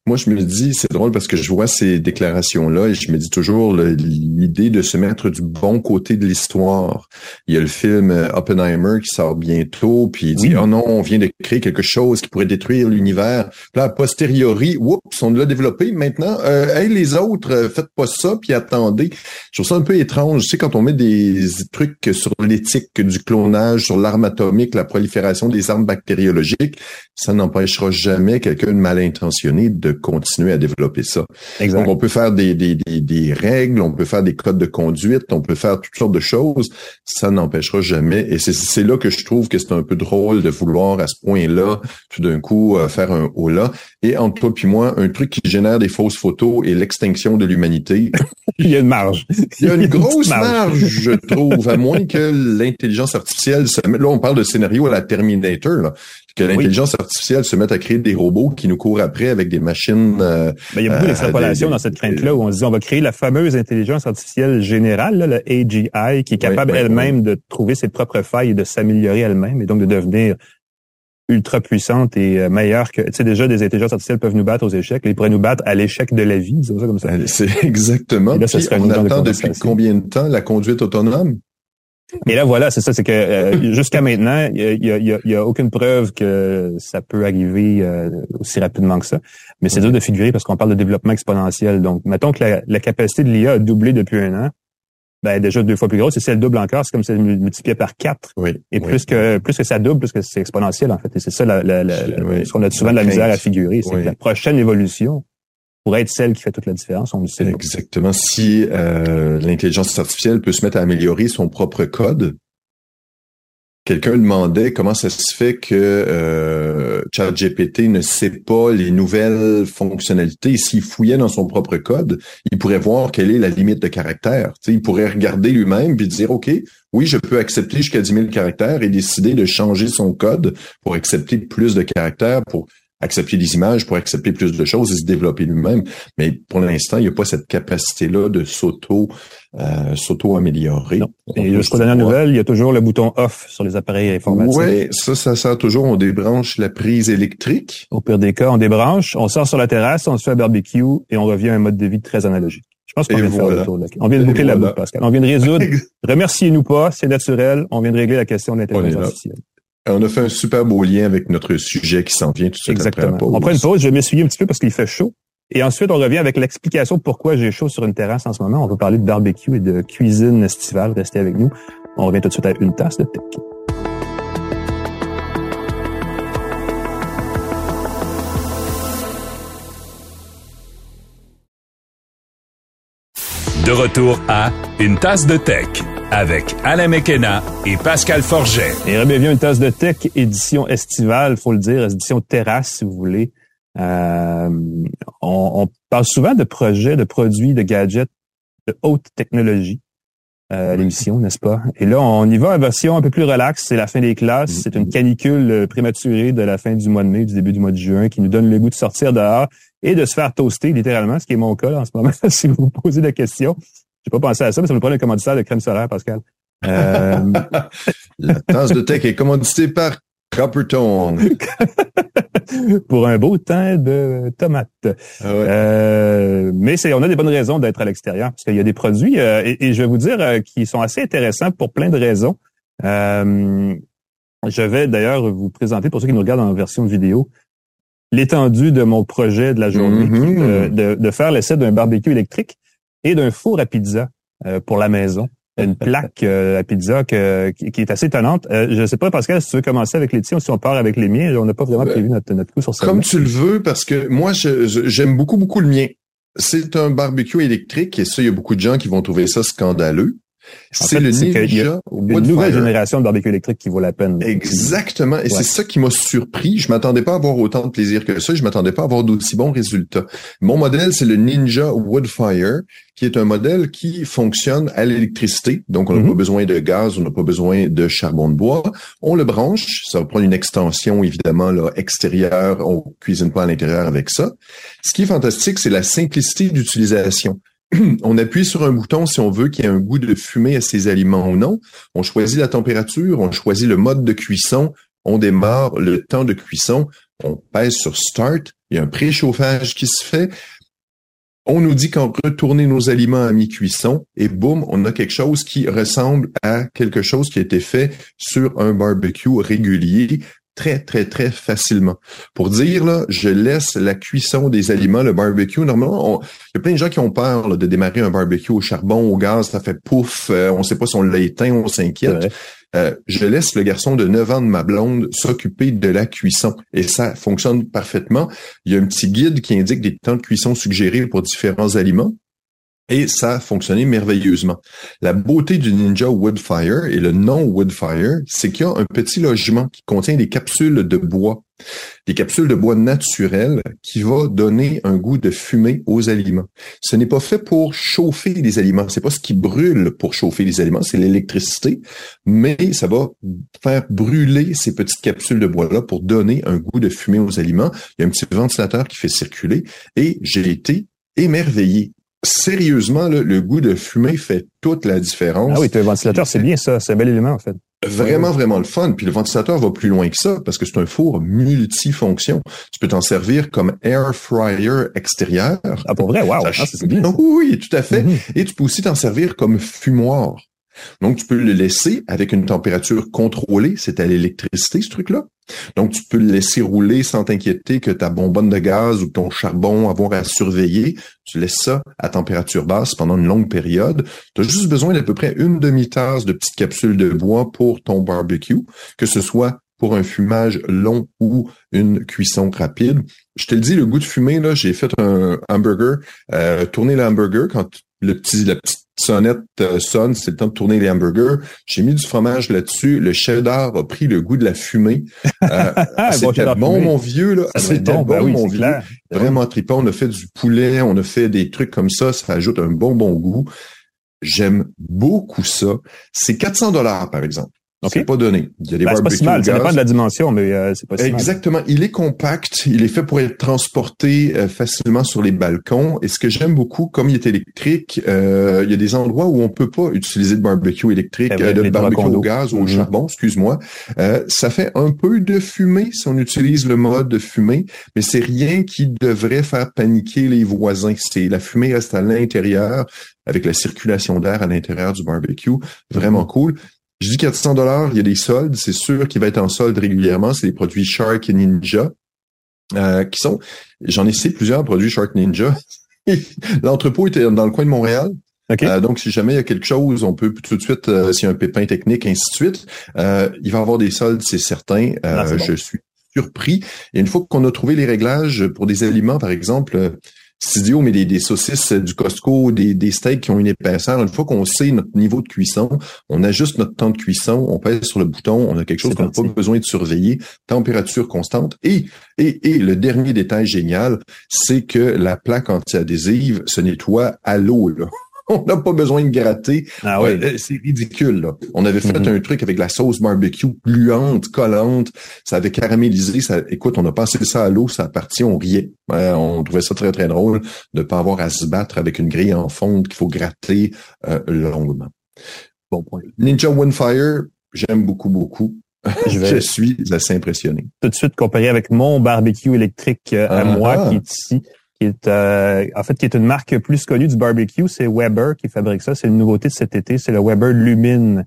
[SPEAKER 4] Moi, je me dis, c'est drôle parce que je vois ces déclarations-là et je me dis toujours l'idée de se mettre du bon côté de l'histoire. Il y a le film Oppenheimer qui sort bientôt, puis il dit, oh non, on vient de créer quelque chose qui pourrait détruire l'univers. Puis là, a posteriori, oups, on l'a développé. Maintenant, hey, les autres, faites pas ça, puis attendez. Je trouve ça un peu étrange. Tu sais, quand on met des trucs sur l'éthique du clonage, sur l'arme atomique, la prolifération des armes bactériologiques, ça n'empêchera jamais quelqu'un de mal intentionné de continuer à développer ça.
[SPEAKER 3] Exact.
[SPEAKER 4] Donc, on peut faire des règles, on peut faire des codes de conduite, on peut faire toutes sortes de choses. Ça n'empêchera jamais. Et c'est là que je trouve que c'est un peu drôle de vouloir, à ce point-là, tout d'un coup, faire un holà. Et entre toi puis moi, un truc qui génère des fausses photos et l'extinction de l'humanité.
[SPEAKER 3] Il y a une marge.
[SPEAKER 4] Il y a une grosse marge, je trouve, à moins que l'intelligence artificielle se mette... Là, on parle de scénario à la Terminator, là. Que l'intelligence artificielle se mette à créer des robots qui nous courent après avec des machines...
[SPEAKER 3] il y a beaucoup d'extrapolation dans cette crainte-là où on se dit on va créer la fameuse intelligence artificielle générale, là, le AGI, qui est capable elle-même de trouver ses propres failles et de s'améliorer elle-même et donc de devenir ultra puissante et meilleure que... Tu sais, déjà, des intelligences artificielles peuvent nous battre aux échecs. Ils pourraient nous battre à l'échec de la vie, disons ça comme ça.
[SPEAKER 4] C'est exactement.
[SPEAKER 3] Là,
[SPEAKER 4] puis, on attend depuis combien de temps la conduite autonome?
[SPEAKER 3] Et là, voilà, c'est ça, c'est que jusqu'à maintenant, il y a aucune preuve que ça peut arriver aussi rapidement que ça. Mais c'est dur de figurer parce qu'on parle de développement exponentiel. Donc, mettons que la capacité de l'IA a doublé depuis un an. Ben déjà 2 fois plus grosse. Et si elle double encore, c'est comme si elle multipliait par 4. Et plus que ça double, plus que c'est exponentiel, en fait. Et c'est ça ce qu'on a souvent de la misère à figurer. C'est que la prochaine évolution pourrait être celle qui fait toute la différence, on le sait.
[SPEAKER 4] Exactement. Si l'intelligence artificielle peut se mettre à améliorer son propre code, quelqu'un demandait comment ça se fait que ChatGPT ne sait pas les nouvelles fonctionnalités. S'il fouillait dans son propre code, il pourrait voir quelle est la limite de caractères. Tu sais, il pourrait regarder lui-même puis dire, OK, oui, je peux accepter jusqu'à 10 000 caractères et décider de changer son code pour accepter plus de caractères, pour accepter des images, pour accepter plus de choses et se développer lui-même. Mais pour l'instant, il n'y a pas cette capacité-là de s'auto-améliorer.
[SPEAKER 3] Et jusqu'aux dernières nouvelles, il y a toujours le bouton off sur les appareils informatiques.
[SPEAKER 4] Oui, ça sert toujours. On débranche la prise électrique.
[SPEAKER 3] Au pire des cas, on débranche, on sort sur la terrasse, on se fait un barbecue et on revient à un mode de vie très analogique. Je pense qu'on vient de faire le tour de la... On vient de boucler la boucle, Pascal. On vient de résoudre. Remerciez-nous pas, c'est naturel. On vient de régler la question de l'intelligence artificielle.
[SPEAKER 4] On a fait un super beau lien avec notre sujet qui s'en vient tout de suite après la pause.
[SPEAKER 3] On prend une pause, je vais m'essuyer un petit peu parce qu'il fait chaud. Et ensuite, on revient avec l'explication de pourquoi j'ai chaud sur une terrasse en ce moment. On va parler de barbecue et de cuisine estivale. Restez avec nous. On revient tout de suite à une tasse de tech.
[SPEAKER 2] De retour à Une tasse de tech avec Alain McKenna et Pascal Forget.
[SPEAKER 3] Et bienvenue à Une tasse de tech, édition estivale, faut le dire, édition terrasse si vous voulez. On parle souvent de projets, de produits, de gadgets de haute technologie à l'émission, n'est-ce pas? Et là, on y va en version un peu plus relax. C'est la fin des classes. C'est une canicule prématurée de la fin du mois de mai, du début du mois de juin, qui nous donne le goût de sortir dehors et de se faire toaster, littéralement, ce qui est mon cas là, en ce moment, si vous vous posez la question. J'ai pas pensé à ça, mais ça me prend un commanditaire de crème solaire, Pascal.
[SPEAKER 4] La tasse de tech est commanditée par Coppertone.
[SPEAKER 3] Pour un beau teint de tomate. Mais on a des bonnes raisons d'être à l'extérieur, parce qu'il y a des produits, et je vais vous dire, qui sont assez intéressants pour plein de raisons. Je vais d'ailleurs vous présenter, pour ceux qui nous regardent en version vidéo, l'étendue de mon projet de la journée, de faire l'essai d'un barbecue électrique et d'un four à pizza pour la maison. Une plaque à pizza qui est assez étonnante. Je ne sais pas, Pascal, si tu veux commencer avec les tiens ou si on part avec les miens. On n'a pas vraiment prévu notre coup sur ça.
[SPEAKER 4] Comme tu le veux, parce que moi, j'aime beaucoup le mien. C'est un barbecue électrique et ça, il y a beaucoup de gens qui vont trouver ça scandaleux. C'est le Ninja Woodfire.
[SPEAKER 3] Une nouvelle génération de barbecue électrique qui vaut la peine.
[SPEAKER 4] Exactement. Et c'est ça qui m'a surpris. Je m'attendais pas à avoir autant de plaisir que ça. Je m'attendais pas à avoir d'aussi bons résultats. Mon modèle, c'est le Ninja Woodfire, qui est un modèle qui fonctionne à l'électricité. Donc, on n'a pas besoin de gaz, on n'a pas besoin de charbon de bois. On le branche. Ça va prendre une extension, évidemment, là, extérieure. On cuisine pas à l'intérieur avec ça. Ce qui est fantastique, c'est la simplicité d'utilisation. On appuie sur un bouton si on veut qu'il y ait un goût de fumée à ces aliments ou non. On choisit la température, on choisit le mode de cuisson, on démarre le temps de cuisson, On pèse sur Start, il y a un préchauffage qui se fait. On nous dit qu'on retourne nos aliments à mi-cuisson et boum, on a quelque chose qui ressemble à quelque chose qui a été fait sur un barbecue régulier très, très, très facilement. Pour dire, là, je laisse la cuisson des aliments, le barbecue. Normalement, il y a plein de gens qui ont peur là, de démarrer un barbecue au charbon, au gaz, ça fait pouf, on ne sait pas si on l'a éteint, on s'inquiète. Je laisse le garçon de 9 ans de ma blonde s'occuper de la cuisson et ça fonctionne parfaitement. Il y a un petit guide qui indique des temps de cuisson suggérés pour différents aliments et ça a fonctionné merveilleusement. La beauté du Ninja Woodfire et le nom Woodfire, c'est qu'il y a un petit logement qui contient des capsules de bois. Des capsules de bois naturelles qui va donner un goût de fumée aux aliments. Ce n'est pas fait pour chauffer les aliments. C'est pas ce qui brûle pour chauffer les aliments, c'est l'électricité. Mais ça va faire brûler ces petites capsules de bois-là pour donner un goût de fumée aux aliments. Il y a un petit ventilateur qui fait circuler et j'ai été émerveillé. Sérieusement, là, le goût de fumée fait toute la différence.
[SPEAKER 3] Ah oui, tu as un ventilateur, c'est bien ça. C'est un bel élément, en fait.
[SPEAKER 4] Vraiment, vraiment le fun. Puis le ventilateur va plus loin que ça parce que c'est un four multifonction. Tu peux t'en servir comme air fryer extérieur.
[SPEAKER 3] Ah, pour vrai? Wow! C'est bien.
[SPEAKER 4] Oui, tout à fait. Et tu peux aussi t'en servir comme fumoir. Donc, tu peux le laisser avec une température contrôlée. C'est à l'électricité, ce truc-là. Donc, tu peux le laisser rouler sans t'inquiéter que ta bonbonne de gaz ou ton charbon avoir à surveiller. Tu laisses ça à température basse pendant une longue période. Tu as juste besoin d'à peu près une demi-tasse de petites capsules de bois pour ton barbecue, que ce soit pour un fumage long ou une cuisson rapide. Je te le dis, le goût de fumée, là, j'ai fait un hamburger, tourner le hamburger quand la petite sonnette sonne, c'est le temps de tourner les hamburgers. J'ai mis du fromage là-dessus. Le cheddar a pris le goût de la fumée. C'était bon, mon vieux, là. C'était bon, mon vieux. Clair. Vraiment trippant. On a fait du poulet, on a fait des trucs comme ça. Ça ajoute un bon goût. J'aime beaucoup ça. C'est 400 $ par exemple. Okay. C'est pas donné. Il y a des barbecues
[SPEAKER 3] c'est pas si mal. Ça dépend de la dimension, mais c'est pas si mal.
[SPEAKER 4] Exactement. Il est compact. Il est fait pour être transporté facilement sur les balcons. Et ce que j'aime beaucoup, comme il est électrique, il y a des endroits où on peut pas utiliser de barbecue électrique, de barbecue au gaz ou au charbon, excuse-moi. Ça fait un peu de fumée si on utilise le mode de fumée, mais c'est rien qui devrait faire paniquer les voisins. La fumée reste à l'intérieur avec la circulation d'air à l'intérieur du barbecue. Vraiment cool. Je dis 400 $, il y a des soldes, c'est sûr qu'il va être en solde régulièrement, c'est les produits Shark et Ninja, qui sont, j'en ai essayé plusieurs produits Shark Ninja. L'entrepôt était dans le coin de Montréal. Okay. Donc, si jamais il y a quelque chose, on peut tout de suite, s'il y a un pépin technique, ainsi de suite, il va y avoir des soldes, c'est certain. Je suis surpris. Et une fois qu'on a trouvé les réglages pour des aliments, par exemple, c'est idiot, mais des saucisses du Costco, des steaks qui ont une épaisseur. Une fois qu'on sait notre niveau de cuisson, on ajuste notre temps de cuisson, on pèse sur le bouton, on a quelque chose qu'on n'a pas besoin de surveiller, température constante. Et le dernier détail génial, c'est que la plaque anti-adhésive se nettoie à l'eau, là. On n'a pas besoin de gratter. Ah oui. C'est ridicule, là. On avait fait un truc avec la sauce barbecue gluante, collante. Ça avait caramélisé. Écoute, on a passé ça à l'eau, ça partit, on riait. On trouvait ça très, très drôle de ne pas avoir à se battre avec une grille en fonte qu'il faut gratter longuement. Bon point. Ninja Woodfire, j'aime beaucoup. Je suis assez impressionné.
[SPEAKER 3] Tout de suite comparé avec mon barbecue électrique à moi qui est ici. Qui est une marque plus connue du barbecue, c'est Weber qui fabrique ça. C'est une nouveauté de cet été, c'est le Weber Lumine.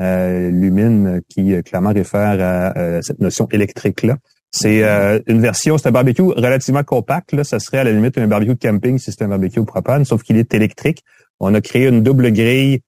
[SPEAKER 3] Lumine qui clairement réfère à cette notion électrique-là. C'est une version, c'est un barbecue relativement compact. Là, ça serait à la limite un barbecue de camping si c'était un barbecue au propane, sauf qu'il est électrique. On a créé une double grille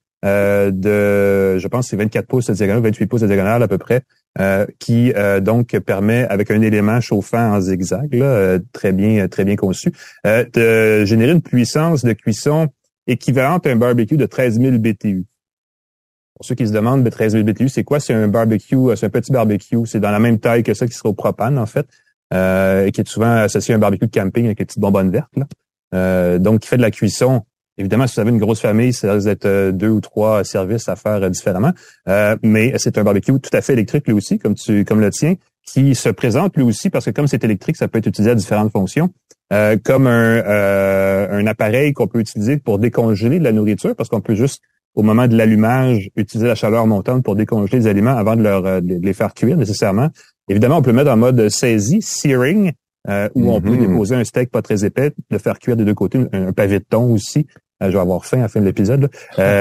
[SPEAKER 3] je pense c'est 24 pouces de diagonale, 28 pouces de diagonale à peu près, qui donc permet, avec un élément chauffant en zigzag, là, très bien conçu, de générer une puissance de cuisson équivalente à un barbecue de 13 000 BTU. Pour ceux qui se demandent, 13 000 BTU, c'est quoi? C'est un barbecue, c'est un petit barbecue, c'est dans la même taille que ça qui sera au propane, en fait, et qui est souvent associé à un barbecue de camping avec les petites bonbonnes vertes, là. Donc, qui fait de la cuisson. Évidemment, si vous avez une grosse famille, ça risque d'être 2 ou 3 services à faire différemment. Mais c'est un barbecue tout à fait électrique, lui aussi, comme le tien, qui se présente lui aussi, parce que comme c'est électrique, ça peut être utilisé à différentes fonctions, comme un appareil qu'on peut utiliser pour décongeler de la nourriture, parce qu'on peut juste, au moment de l'allumage, utiliser la chaleur montante pour décongeler les aliments avant de les faire cuire nécessairement. Évidemment, on peut le mettre en mode saisie, searing, où on peut déposer un steak pas très épais, le faire cuire des deux côtés, un pavé de thon aussi. Je vais avoir faim à la fin de l'épisode.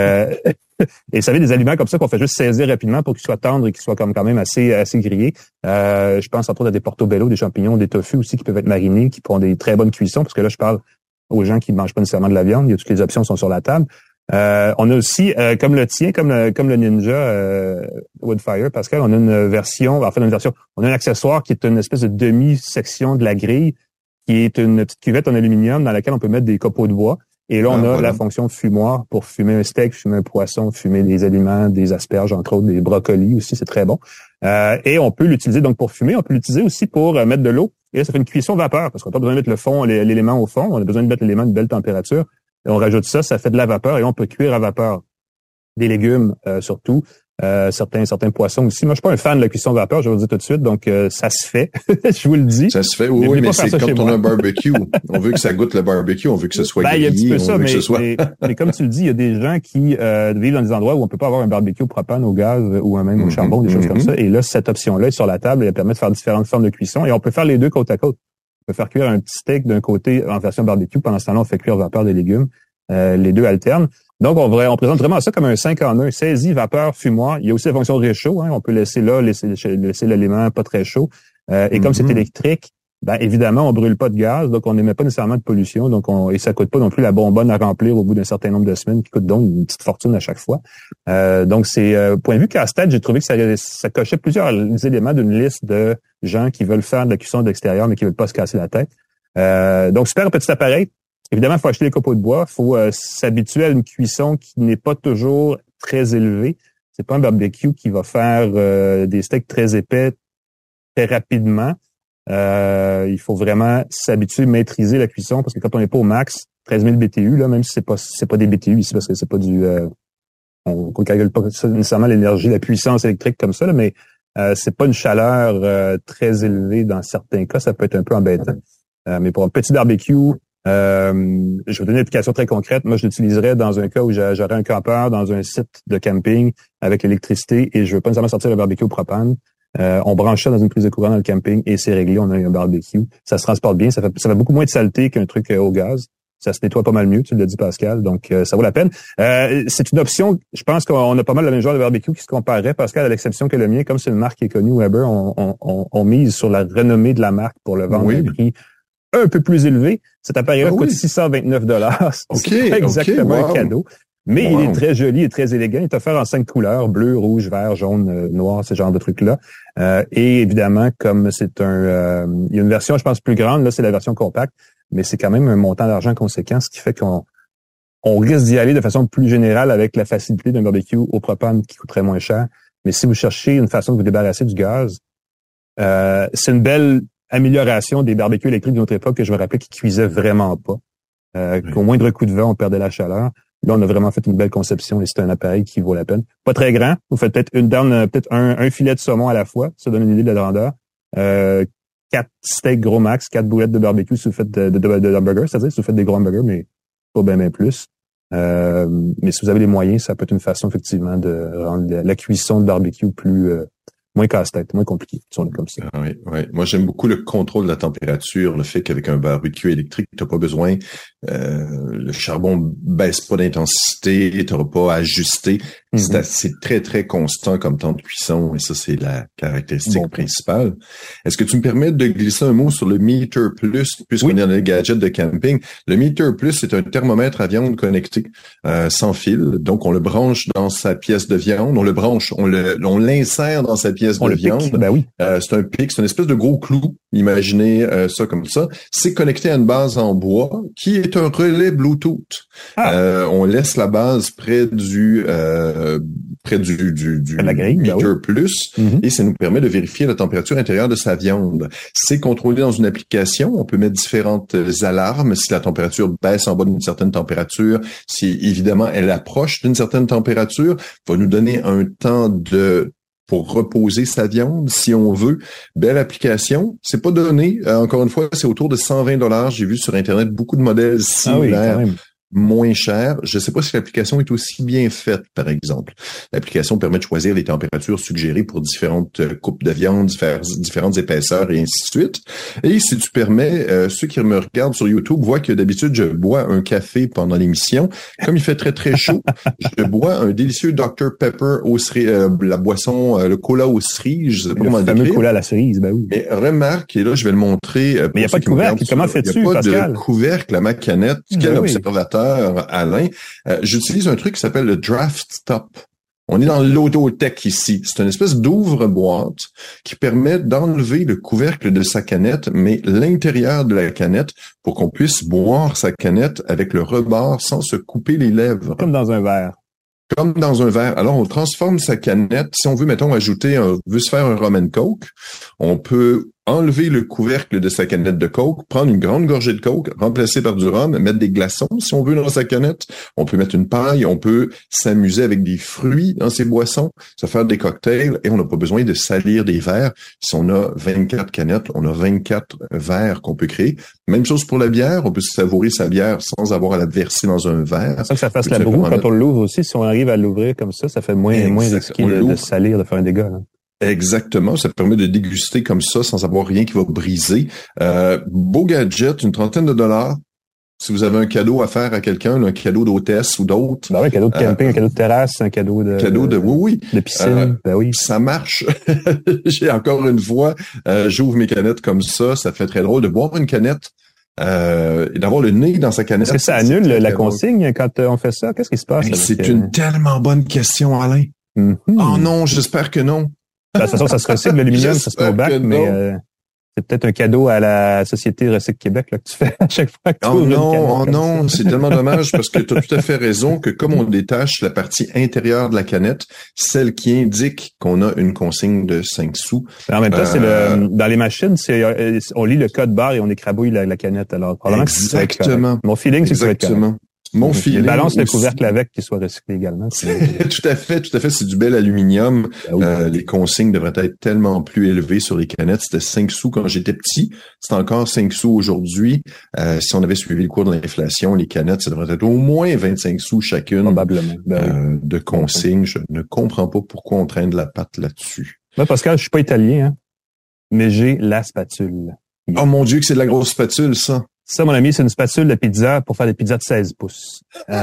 [SPEAKER 3] Et ça fait des aliments comme ça qu'on fait juste saisir rapidement pour qu'ils soient tendres et qu'ils soient quand même assez grillés. Je pense entre autres à des portobello, des champignons, des tofu aussi qui peuvent être marinés, qui font des très bonnes cuissons, parce que là, je parle aux gens qui ne mangent pas nécessairement de la viande. Toutes les options sont sur la table. On a aussi, comme le tien, comme le Ninja Woodfire, Pascal, on a une version, on a un accessoire qui est une espèce de demi-section de la grille, qui est une petite cuvette en aluminium dans laquelle on peut mettre des copeaux de bois. Et là, on a la fonction fumoir pour fumer un steak, fumer un poisson, fumer des aliments, des asperges, entre autres, des brocolis aussi, c'est très bon. Et on peut l'utiliser donc pour fumer, on peut l'utiliser aussi pour mettre de l'eau. Et là, ça fait une cuisson vapeur, parce qu'on n'a pas besoin de mettre le fond, l'élément au fond, on a besoin de mettre l'élément à une belle température. Et on rajoute ça fait de la vapeur et on peut cuire à vapeur. Des légumes, surtout. Certains poissons aussi. Moi, je suis pas un fan de la cuisson vapeur, je vais vous le dire tout de suite, donc ça se fait. Je vous le dis.
[SPEAKER 4] Ça se fait, oui, mais c'est comme on a un barbecue. On veut que ça goûte le barbecue, on veut que ce soit grillé.
[SPEAKER 3] Il y a un petit peu ça, mais comme tu le dis, il y a des gens qui vivent dans des endroits où on peut pas avoir un barbecue au propane, au gaz ou même au charbon, des choses comme ça. Et là, cette option-là est sur la table et elle permet de faire différentes formes de cuisson. Et on peut faire les deux côte à côte. On peut faire cuire un petit steak d'un côté en version barbecue. Pendant ce temps-là, on fait cuire vapeur des légumes. Les deux alternent. Donc, on présente vraiment ça comme un 5 en 1. Saisie, vapeur, fumoir. Il y a aussi la fonction réchaud. On peut laisser l'élément pas très chaud. Et comme c'est électrique, évidemment, on brûle pas de gaz, donc on n'émet pas nécessairement de pollution. Donc, et ça coûte pas non plus la bonbonne à remplir au bout d'un certain nombre de semaines, qui coûte donc une petite fortune à chaque fois. Donc, c'est point de vue casse-tête, j'ai trouvé que ça cochait plusieurs éléments d'une liste de gens qui veulent faire de la cuisson de l'extérieur, mais qui veulent pas se casser la tête. Donc, super petit appareil. Évidemment, il faut acheter les copeaux de bois. Il faut s'habituer à une cuisson qui n'est pas toujours très élevée. C'est pas un barbecue qui va faire des steaks très épais très rapidement. Il faut vraiment s'habituer, maîtriser la cuisson, parce que quand on n'est pas au max, 13 000 BTU, là, même si c'est pas des BTU ici, parce que c'est pas on calcule pas nécessairement l'énergie, la puissance électrique comme ça, là, mais c'est pas une chaleur très élevée dans certains cas. Ça peut être un peu embêtant. Mais pour un petit barbecue, je vais donner une application très concrète. Moi, je l'utiliserais dans un cas où j'aurais un campeur dans un site de camping avec l'électricité et je veux pas nécessairement sortir le barbecue au propane. On branche ça dans une prise de courant dans le camping et c'est réglé, on a un barbecue. Ça se transporte bien, ça fait beaucoup moins de saleté qu'un truc au gaz. Ça se nettoie pas mal mieux, tu l'as dit Pascal, donc ça vaut la peine. C'est une option, je pense qu'on a pas mal le même genre de barbecue qui se comparerait, Pascal, à l'exception que le mien, comme c'est une marque qui est connue, Weber, on mise sur la renommée de la marque pour le vendre à un prix un peu plus élevé. Cet appareil-là coûte $629. C'est pas exactement un cadeau. Mais il est très joli et très élégant. Il est offert en 5 couleurs, bleu, rouge, vert, jaune, noir, ce genre de trucs-là. Et évidemment, comme c'est il y a une version, je pense, plus grande, là, c'est la version compacte, mais c'est quand même un montant d'argent conséquent, ce qui fait qu'on risque d'y aller de façon plus générale avec la facilité d'un barbecue au propane qui coûterait moins cher. Mais si vous cherchez une façon de vous débarrasser du gaz, c'est une belle amélioration des barbecues électriques de notre époque que je me rappelais qui cuisaient vraiment pas. Qu'au moindre coup de vent, on perdait la chaleur. Là, on a vraiment fait une belle conception et c'est un appareil qui vaut la peine. Pas très grand. Vous faites peut-être un filet de saumon à la fois. Ça donne une idée de la grandeur. 4 steaks gros max, 4 boulettes de barbecue si vous faites de hamburger, c'est-à-dire si vous faites des gros hamburgers, mais pas bien plus. Mais si vous avez les moyens, ça peut être une façon effectivement de rendre la cuisson de barbecue moins casse-tête, moins compliqué, si on est comme ça.
[SPEAKER 4] Oui. Moi, j'aime beaucoup le contrôle de la température, le fait qu'avec un barbecue électrique, t'as pas besoin, le charbon baisse pas d'intensité, t'auras pas à ajuster. C'est très, très constant comme temps de cuisson et ça, c'est la caractéristique principale. Est-ce que tu me permets de glisser un mot sur le Meter Plus, puisqu'on est dans les gadgets de camping? Le Meter Plus, c'est un thermomètre à viande connecté, sans fil. Donc, on le branche dans sa pièce de viande, on l'insère dans sa pièce de viande. C'est un pic, c'est une espèce de gros clou. Imaginez ça comme ça. C'est connecté à une base en bois qui est un relais Bluetooth. On laisse la base près du Meter Plus et ça nous permet de vérifier la température intérieure de sa viande. C'est contrôlé dans une application. On peut mettre différentes alarmes si la température baisse en bas d'une certaine température. Si évidemment elle approche d'une certaine température, va nous donner un temps pour reposer sa viande, si on veut. Belle application. C'est pas donné. Encore une fois, c'est autour de $120. J'ai vu sur Internet beaucoup de modèles similaires moins cher. Je ne sais pas si l'application est aussi bien faite, par exemple. L'application permet de choisir les températures suggérées pour différentes coupes de viande, différentes épaisseurs et ainsi de suite. Et si tu permets, ceux qui me regardent sur YouTube voient que d'habitude, je bois un café pendant l'émission. Comme il fait très, très chaud, je bois un délicieux Dr Pepper aux la boisson, le cola aux cerises. Je sais pas comment
[SPEAKER 3] le fameux cola à la cerise, ben oui.
[SPEAKER 4] Mais remarque, et là, je vais le montrer.
[SPEAKER 3] Mais il n'y a pas de couvercle. Comment fais-tu, Pascal? Il n'y a pas
[SPEAKER 4] de couvercle à ma canette. Quel observateur, Alain. J'utilise un truc qui s'appelle le Draft Top. On est dans l'autotech ici. C'est une espèce d'ouvre-boîte qui permet d'enlever le couvercle de sa canette, mais l'intérieur de la canette, pour qu'on puisse boire sa canette avec le rebord sans se couper les lèvres.
[SPEAKER 3] Comme dans un verre.
[SPEAKER 4] Comme dans un verre. Alors, on transforme sa canette. Si on veut, mettons, veut se faire un rum and coke, on peut enlever le couvercle de sa canette de coke, prendre une grande gorgée de coke, remplacer par du rhum, mettre des glaçons, si on veut, dans sa canette. On peut mettre une paille, on peut s'amuser avec des fruits dans ses boissons, se faire des cocktails, et on n'a pas besoin de salir des verres. Si on a 24 canettes, on a 24 verres qu'on peut créer. Même chose pour la bière, on peut savourer sa bière sans avoir à la verser dans un verre.
[SPEAKER 3] Ça fasse la broue quand on l'ouvre aussi. Si on arrive à l'ouvrir comme ça fait moins risqué de salir, de faire un dégât, là.
[SPEAKER 4] Exactement, ça permet de déguster comme ça sans avoir rien qui va briser. Beau gadget, une trentaine de dollars. Si vous avez un cadeau à faire à quelqu'un, un cadeau d'hôtesse ou d'autre.
[SPEAKER 3] Ben oui, un cadeau de camping, un cadeau de terrasse, un cadeau de
[SPEAKER 4] oui.
[SPEAKER 3] De piscine, ben oui.
[SPEAKER 4] Ça marche. J'ai encore une fois, j'ouvre mes canettes comme ça fait très drôle de boire une canette. Et d'avoir le nez dans sa canette.
[SPEAKER 3] Est-ce que ça annule la consigne quand on fait ça? Qu'est-ce qui se passe?
[SPEAKER 4] C'est une tellement bonne question, Alain.
[SPEAKER 3] Mm-hmm.
[SPEAKER 4] Oh non, j'espère que non.
[SPEAKER 3] De toute façon, ça se recycle, l'aluminium, ça se met au bac, mais c'est peut-être un cadeau à la Société Recycle Québec là, que tu fais à chaque fois que tu ouvres une canette.
[SPEAKER 4] Non, c'est tellement dommage parce que tu as tout à fait raison que comme on détache la partie intérieure de la canette, celle qui indique qu'on a une consigne de 5 sous.
[SPEAKER 3] En même temps, dans les machines, on lit le code barre et on écrabouille la canette. Alors, probablement
[SPEAKER 4] exactement.
[SPEAKER 3] Mon feeling, c'est que ça va être correct.
[SPEAKER 4] Mon feeling.
[SPEAKER 3] Balance le couvercle avec qu'il soit recyclé également.
[SPEAKER 4] Tout à fait. C'est du bel aluminium. Les consignes devraient être tellement plus élevées sur les canettes. C'était 5 sous quand j'étais petit. C'est encore 5 sous aujourd'hui. Si on avait suivi le cours de l'inflation, les canettes, ça devrait être au moins 25 sous chacune.
[SPEAKER 3] Probablement.
[SPEAKER 4] De consignes. Je ne comprends pas pourquoi on traîne de la patte là-dessus.
[SPEAKER 3] Moi, Pascal, je suis pas italien, hein, mais j'ai la spatule.
[SPEAKER 4] Oh mon Dieu, que c'est de la grosse spatule, ça.
[SPEAKER 3] Ça, mon ami, c'est une spatule de pizza pour faire des pizzas de 16 pouces.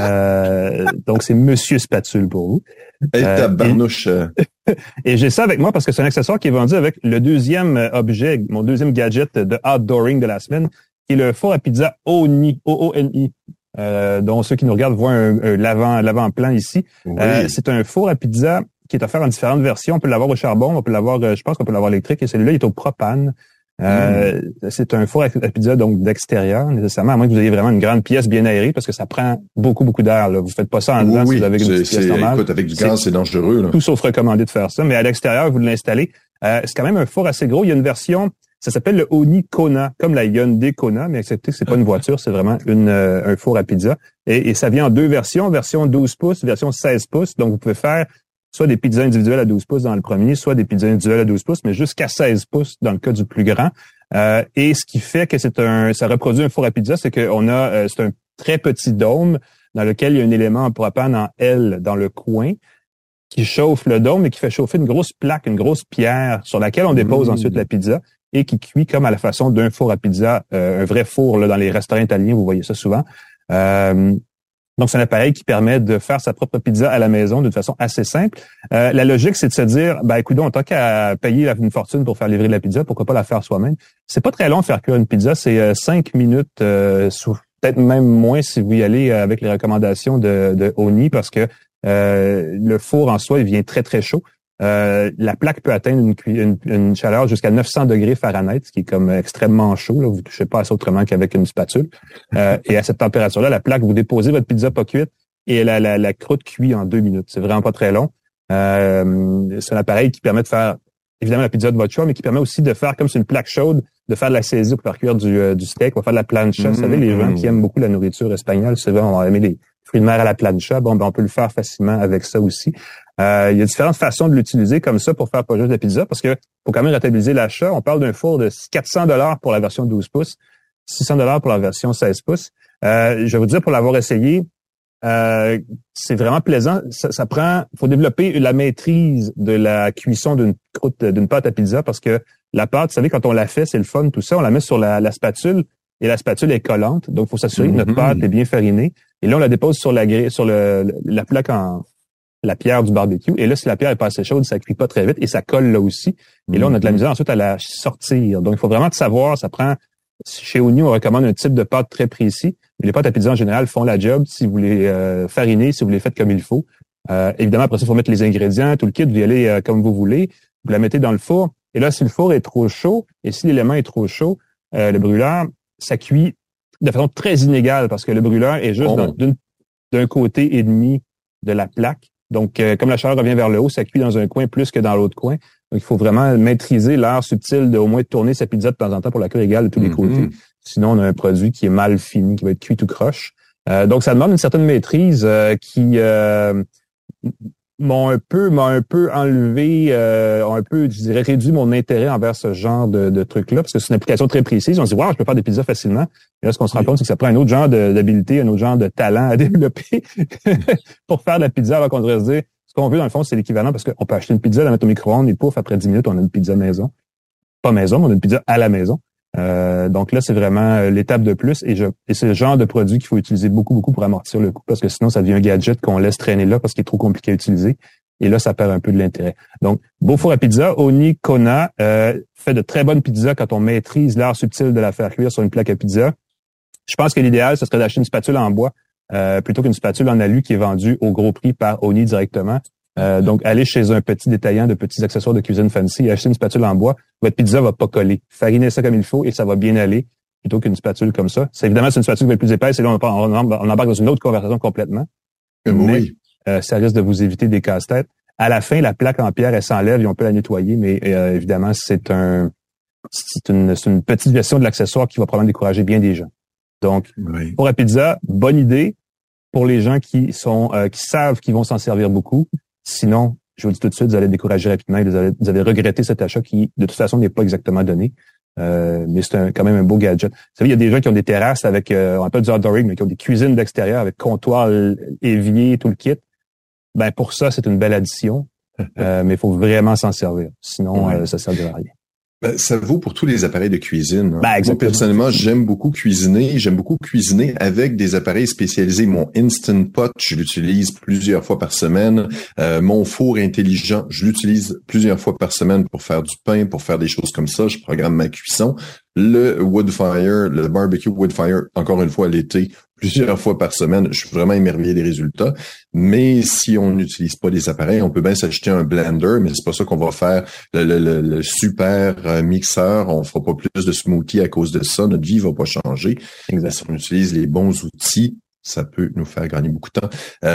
[SPEAKER 3] Donc, c'est Monsieur Spatule pour vous.
[SPEAKER 4] Et tabarnouche.
[SPEAKER 3] Et j'ai ça avec moi parce que c'est un accessoire qui est vendu avec le deuxième objet, mon deuxième gadget de outdooring de la semaine, qui est le four à pizza OONI, O-O-N-I. Dont ceux qui nous regardent voient un l'avant-plan ici.
[SPEAKER 4] Oui.
[SPEAKER 3] C'est un four à pizza qui est offert en différentes versions. On peut l'avoir au charbon, on peut l'avoir, je pense qu'on peut l'avoir électrique, et celui-là il est au propane. C'est un four à pizza donc d'extérieur nécessairement, à moins que vous ayez vraiment une grande pièce bien aérée parce que ça prend beaucoup d'air. Là. Vous faites pas ça en dedans si vous avez une petite pièce normale.
[SPEAKER 4] Écoute, avec du gaz, c'est dangereux. Là.
[SPEAKER 3] Tout sauf recommandé de faire ça, mais à l'extérieur, vous l'installez. C'est quand même un four assez gros. Il y a une version, ça s'appelle le Oni Kona, comme la Hyundai Kona, mais acceptez que c'est pas une voiture, c'est vraiment un four à pizza. Et ça vient en deux versions, version 12 pouces, version 16 pouces. Donc vous pouvez faire soit des pizzas individuelles à 12 pouces dans le premier, soit des pizzas individuelles à 12 pouces, mais jusqu'à 16 pouces dans le cas du plus grand. Et ce qui fait que ça reproduit un four à pizza, c'est qu'on a, c'est un très petit dôme dans lequel il y a un élément en propane en L dans le coin qui chauffe le dôme et qui fait chauffer une grosse plaque, une grosse pierre sur laquelle on dépose ensuite la pizza et qui cuit comme à la façon d'un four à pizza, un vrai four là, dans les restaurants italiens, vous voyez ça souvent. Donc, c'est un appareil qui permet de faire sa propre pizza à la maison d'une façon assez simple. La logique, c'est de se dire, écoute, on tant qu'à payer une fortune pour faire livrer de la pizza, pourquoi pas la faire soi-même? C'est pas très long de faire cuire une pizza, c'est 5 minutes, peut-être même moins si vous y allez avec les recommandations de Oni, parce que le four en soi, il vient très, très chaud. La plaque peut atteindre une chaleur jusqu'à 900 degrés Fahrenheit, ce qui est comme extrêmement chaud. Là. Vous ne touchez pas à ça autrement qu'avec une spatule. Et à cette température-là, la plaque, vous déposez votre pizza pas cuite et la croûte cuit en 2 minutes. C'est vraiment pas très long. C'est un appareil qui permet de faire évidemment la pizza de votre choix, mais qui permet aussi de faire, comme c'est une plaque chaude, de faire de la saisie pour faire cuire du steak, on va faire de la plancha. Vous savez, les gens qui aiment beaucoup la nourriture espagnole, souvent, on va aimer les fruits de mer à la plancha. On peut le faire facilement avec ça aussi. Il y a différentes façons de l'utiliser comme ça pour faire pas juste de la pizza, parce que faut quand même rentabiliser l'achat. On parle d'un four de $400 pour la version 12 pouces, $600 pour la version 16 pouces. Je vais vous dire, pour l'avoir essayé, c'est vraiment plaisant. Faut développer la maîtrise de la cuisson d'une pâte à pizza parce que la pâte, vous savez, quand on la fait, c'est le fun, tout ça. On la met sur la spatule et la spatule est collante. Donc, il faut s'assurer que notre pâte est bien farinée. Et là, on la dépose sur la plaque la pierre du barbecue. Et là, si la pierre est pas assez chaude, ça cuit pas très vite et ça colle là aussi. Et là, on a de la misère ensuite à la sortir. Donc, il faut vraiment savoir, chez Oni, on recommande un type de pâte très précis. Mais les pâtes à pizza, en général, font la job si vous les farinez, si vous les faites comme il faut. Évidemment, après ça, il faut mettre les ingrédients, tout le kit, vous y allez comme vous voulez. Vous la mettez dans le four. Et là, si le four est trop chaud et si l'élément est trop chaud, le brûleur, ça cuit de façon très inégale parce que le brûleur est juste d'un côté et demi de la plaque. Donc, comme la chaleur revient vers le haut, ça cuit dans un coin plus que dans l'autre coin. Donc, il faut vraiment maîtriser l'art subtil de au moins tourner sa pizza de temps en temps pour la cuire égale de tous les côtés. Sinon, on a un produit qui est mal fini, qui va être cuit tout croche. Donc, ça demande une certaine maîtrise qui m'ont un peu enlevé, ont un peu, je dirais, réduit mon intérêt envers ce genre de truc-là, parce que c'est une application très précise. On se dit, wow, je peux faire des pizzas facilement. Et là, ce qu'on se rend compte, c'est que ça prend un autre genre d'habilité, un autre genre de talent à développer pour faire de la pizza, alors qu'on devrait se dire, ce qu'on veut, dans le fond, c'est l'équivalent, parce qu'on peut acheter une pizza, la mettre au micro-ondes, et pouf, après 10 minutes, on a une pizza maison. Pas maison, mais on a une pizza à la maison. Donc là, c'est vraiment l'étape de plus, et c'est le genre de produit qu'il faut utiliser beaucoup pour amortir le coût, parce que sinon, ça devient un gadget qu'on laisse traîner là parce qu'il est trop compliqué à utiliser. Et là, ça perd un peu de l'intérêt. Donc, beau four à pizza, Oni Kona fait de très bonnes pizzas quand on maîtrise l'art subtil de la faire cuire sur une plaque à pizza. Je pense que l'idéal, ce serait d'acheter une spatule en bois plutôt qu'une spatule en alu qui est vendue au gros prix par Oni directement. Donc, allez chez un petit détaillant de petits accessoires de cuisine fancy et achetez une spatule en bois. Votre pizza va pas coller. Farinez ça comme il faut et ça va bien aller plutôt qu'une spatule comme ça. C'est évidemment, c'est une spatule qui va être plus épaisse et là, on embarque dans une autre conversation complètement.
[SPEAKER 4] Oui.
[SPEAKER 3] Mais, ça risque de vous éviter des casse-têtes. À la fin, la plaque en pierre, elle s'enlève et on peut la nettoyer, mais évidemment, c'est une petite version de l'accessoire qui va probablement décourager bien des gens. Donc, pour la pizza, bonne idée pour les gens qui savent qu'ils vont s'en servir beaucoup. Sinon, je vous dis tout de suite, vous allez décourager rapidement et vous allez regretter cet achat qui, de toute façon, n'est pas exactement donné. Mais c'est quand même un beau gadget. Vous savez, il y a des gens qui ont des terrasses avec, on appelle du outdooring, mais qui ont des cuisines d'extérieur avec comptoir, évier, tout le kit. Ben, pour ça, c'est une belle addition. Mais il faut vraiment s'en servir. Sinon, ça ne servira à rien.
[SPEAKER 4] Ben, ça vaut pour tous les appareils de cuisine. Hein.
[SPEAKER 3] Ben,
[SPEAKER 4] moi, personnellement, j'aime beaucoup cuisiner. J'aime beaucoup cuisiner avec des appareils spécialisés. Mon Instant Pot, je l'utilise plusieurs fois par semaine. Mon four intelligent, je l'utilise plusieurs fois par semaine pour faire du pain, pour faire des choses comme ça. Je programme ma cuisson. Le Woodfire, le barbecue Woodfire, encore une fois l'été, plusieurs fois par semaine. Je suis vraiment émerveillé des résultats. Mais si on n'utilise pas les appareils, on peut bien s'acheter un blender, mais c'est pas ça qu'on va faire. Le super mixeur, on fera pas plus de smoothie à cause de ça. Notre vie va pas changer.
[SPEAKER 3] Exact.
[SPEAKER 4] Si on utilise les bons outils, ça peut nous faire gagner beaucoup de temps.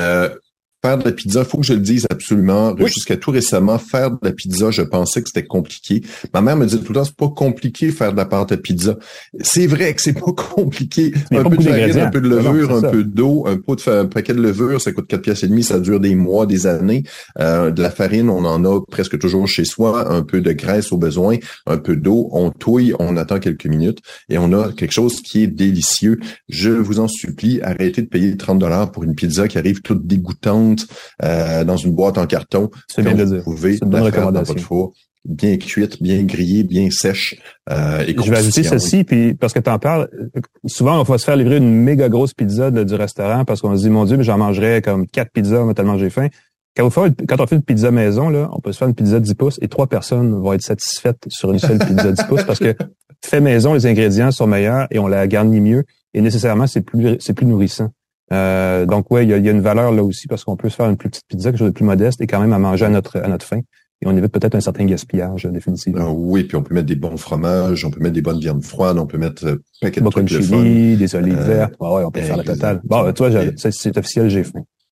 [SPEAKER 4] Faire de la pizza, faut que je le dise absolument. Oui. Jusqu'à tout récemment, faire de la pizza, je pensais que c'était compliqué. Ma mère me disait tout le temps, c'est pas compliqué faire de la pâte à pizza. C'est vrai que c'est pas compliqué. Un peu de farine, un peu de levure, un peu d'eau, un paquet de levure, ça coûte 4,5 piastres, ça dure des mois, des années. De la farine, on en a presque toujours chez soi. Un peu de graisse au besoin, un peu d'eau. On touille, on attend quelques minutes et on a quelque chose qui est délicieux. Je vous en supplie, arrêtez de payer 30$ pour une pizza qui arrive toute dégoûtante dans une boîte en carton.
[SPEAKER 3] C'est bien de dire.
[SPEAKER 4] Vous pouvez la faire dans votre four, bien cuite, bien grillée, bien sèche. Et
[SPEAKER 3] je vais ajouter ceci, puis parce que tu en parles, souvent on va se faire livrer une méga grosse pizza du restaurant parce qu'on se dit, mon Dieu, mais j'en mangerais comme 4 pizzas tellement j'ai faim. Quand on fait une pizza maison, là, on peut se faire une pizza de 10 pouces et 3 personnes vont être satisfaites sur une seule pizza de 10 pouces parce que fait maison, les ingrédients sont meilleurs et on la garnit mieux et nécessairement c'est plus nourrissant. Donc ouais, il y a une valeur là aussi parce qu'on peut se faire une plus petite pizza, quelque chose de plus modeste et quand même à manger à notre faim. Et on évite peut-être un certain gaspillage, définitivement.
[SPEAKER 4] Oui, puis on peut mettre des bons fromages, on peut mettre des bonnes viandes froides, on peut mettre un paquet de trucs
[SPEAKER 3] de chili, des olives vertes. Ouais, on peut faire la totale. Bon, toi, c'est officiel, j'ai faim.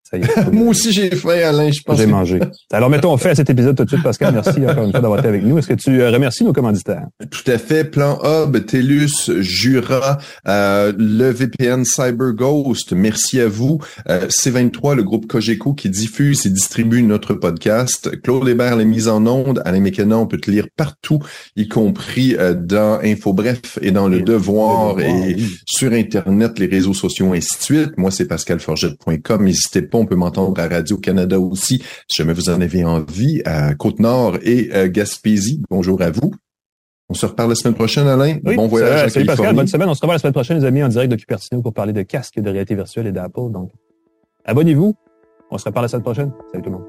[SPEAKER 3] Ça y est.
[SPEAKER 4] Moi aussi, j'ai faim, Alain, je pense.
[SPEAKER 3] J'ai mangé. Alors, mettons fin à cet épisode tout de suite, Pascal. Merci encore une fois d'avoir été avec nous. Est-ce que tu remercies nos commanditaires?
[SPEAKER 4] Tout à fait. Plan Hub, TELUS, Jura, le VPN CyberGhost. Merci à vous. C23, le groupe Cogeco qui diffuse et distribue notre podcast. Claude Hébert, les mises en onde. Alain Mekena, on peut te lire partout, y compris dans InfoBref et dans Le Devoir et sur Internet, les réseaux sociaux, ainsi de suite. Moi, c'est pascalforget.com. N'hésitez pas, on peut m'entendre à Radio-Canada aussi, si jamais vous en avez envie, à Côte-Nord et Gaspésie. Bonjour à vous. On se reparle la semaine prochaine, Alain.
[SPEAKER 3] Oui,
[SPEAKER 4] bon voyage en
[SPEAKER 3] salut
[SPEAKER 4] Californie.
[SPEAKER 3] Pascal, bonne semaine. On se revoit la semaine prochaine, les amis, en direct de Cupertino pour parler de casques de réalité virtuelle et d'Apple. Donc, abonnez-vous. On se reparle la semaine prochaine. Salut tout le monde.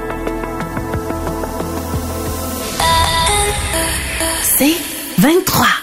[SPEAKER 1] C'est 23.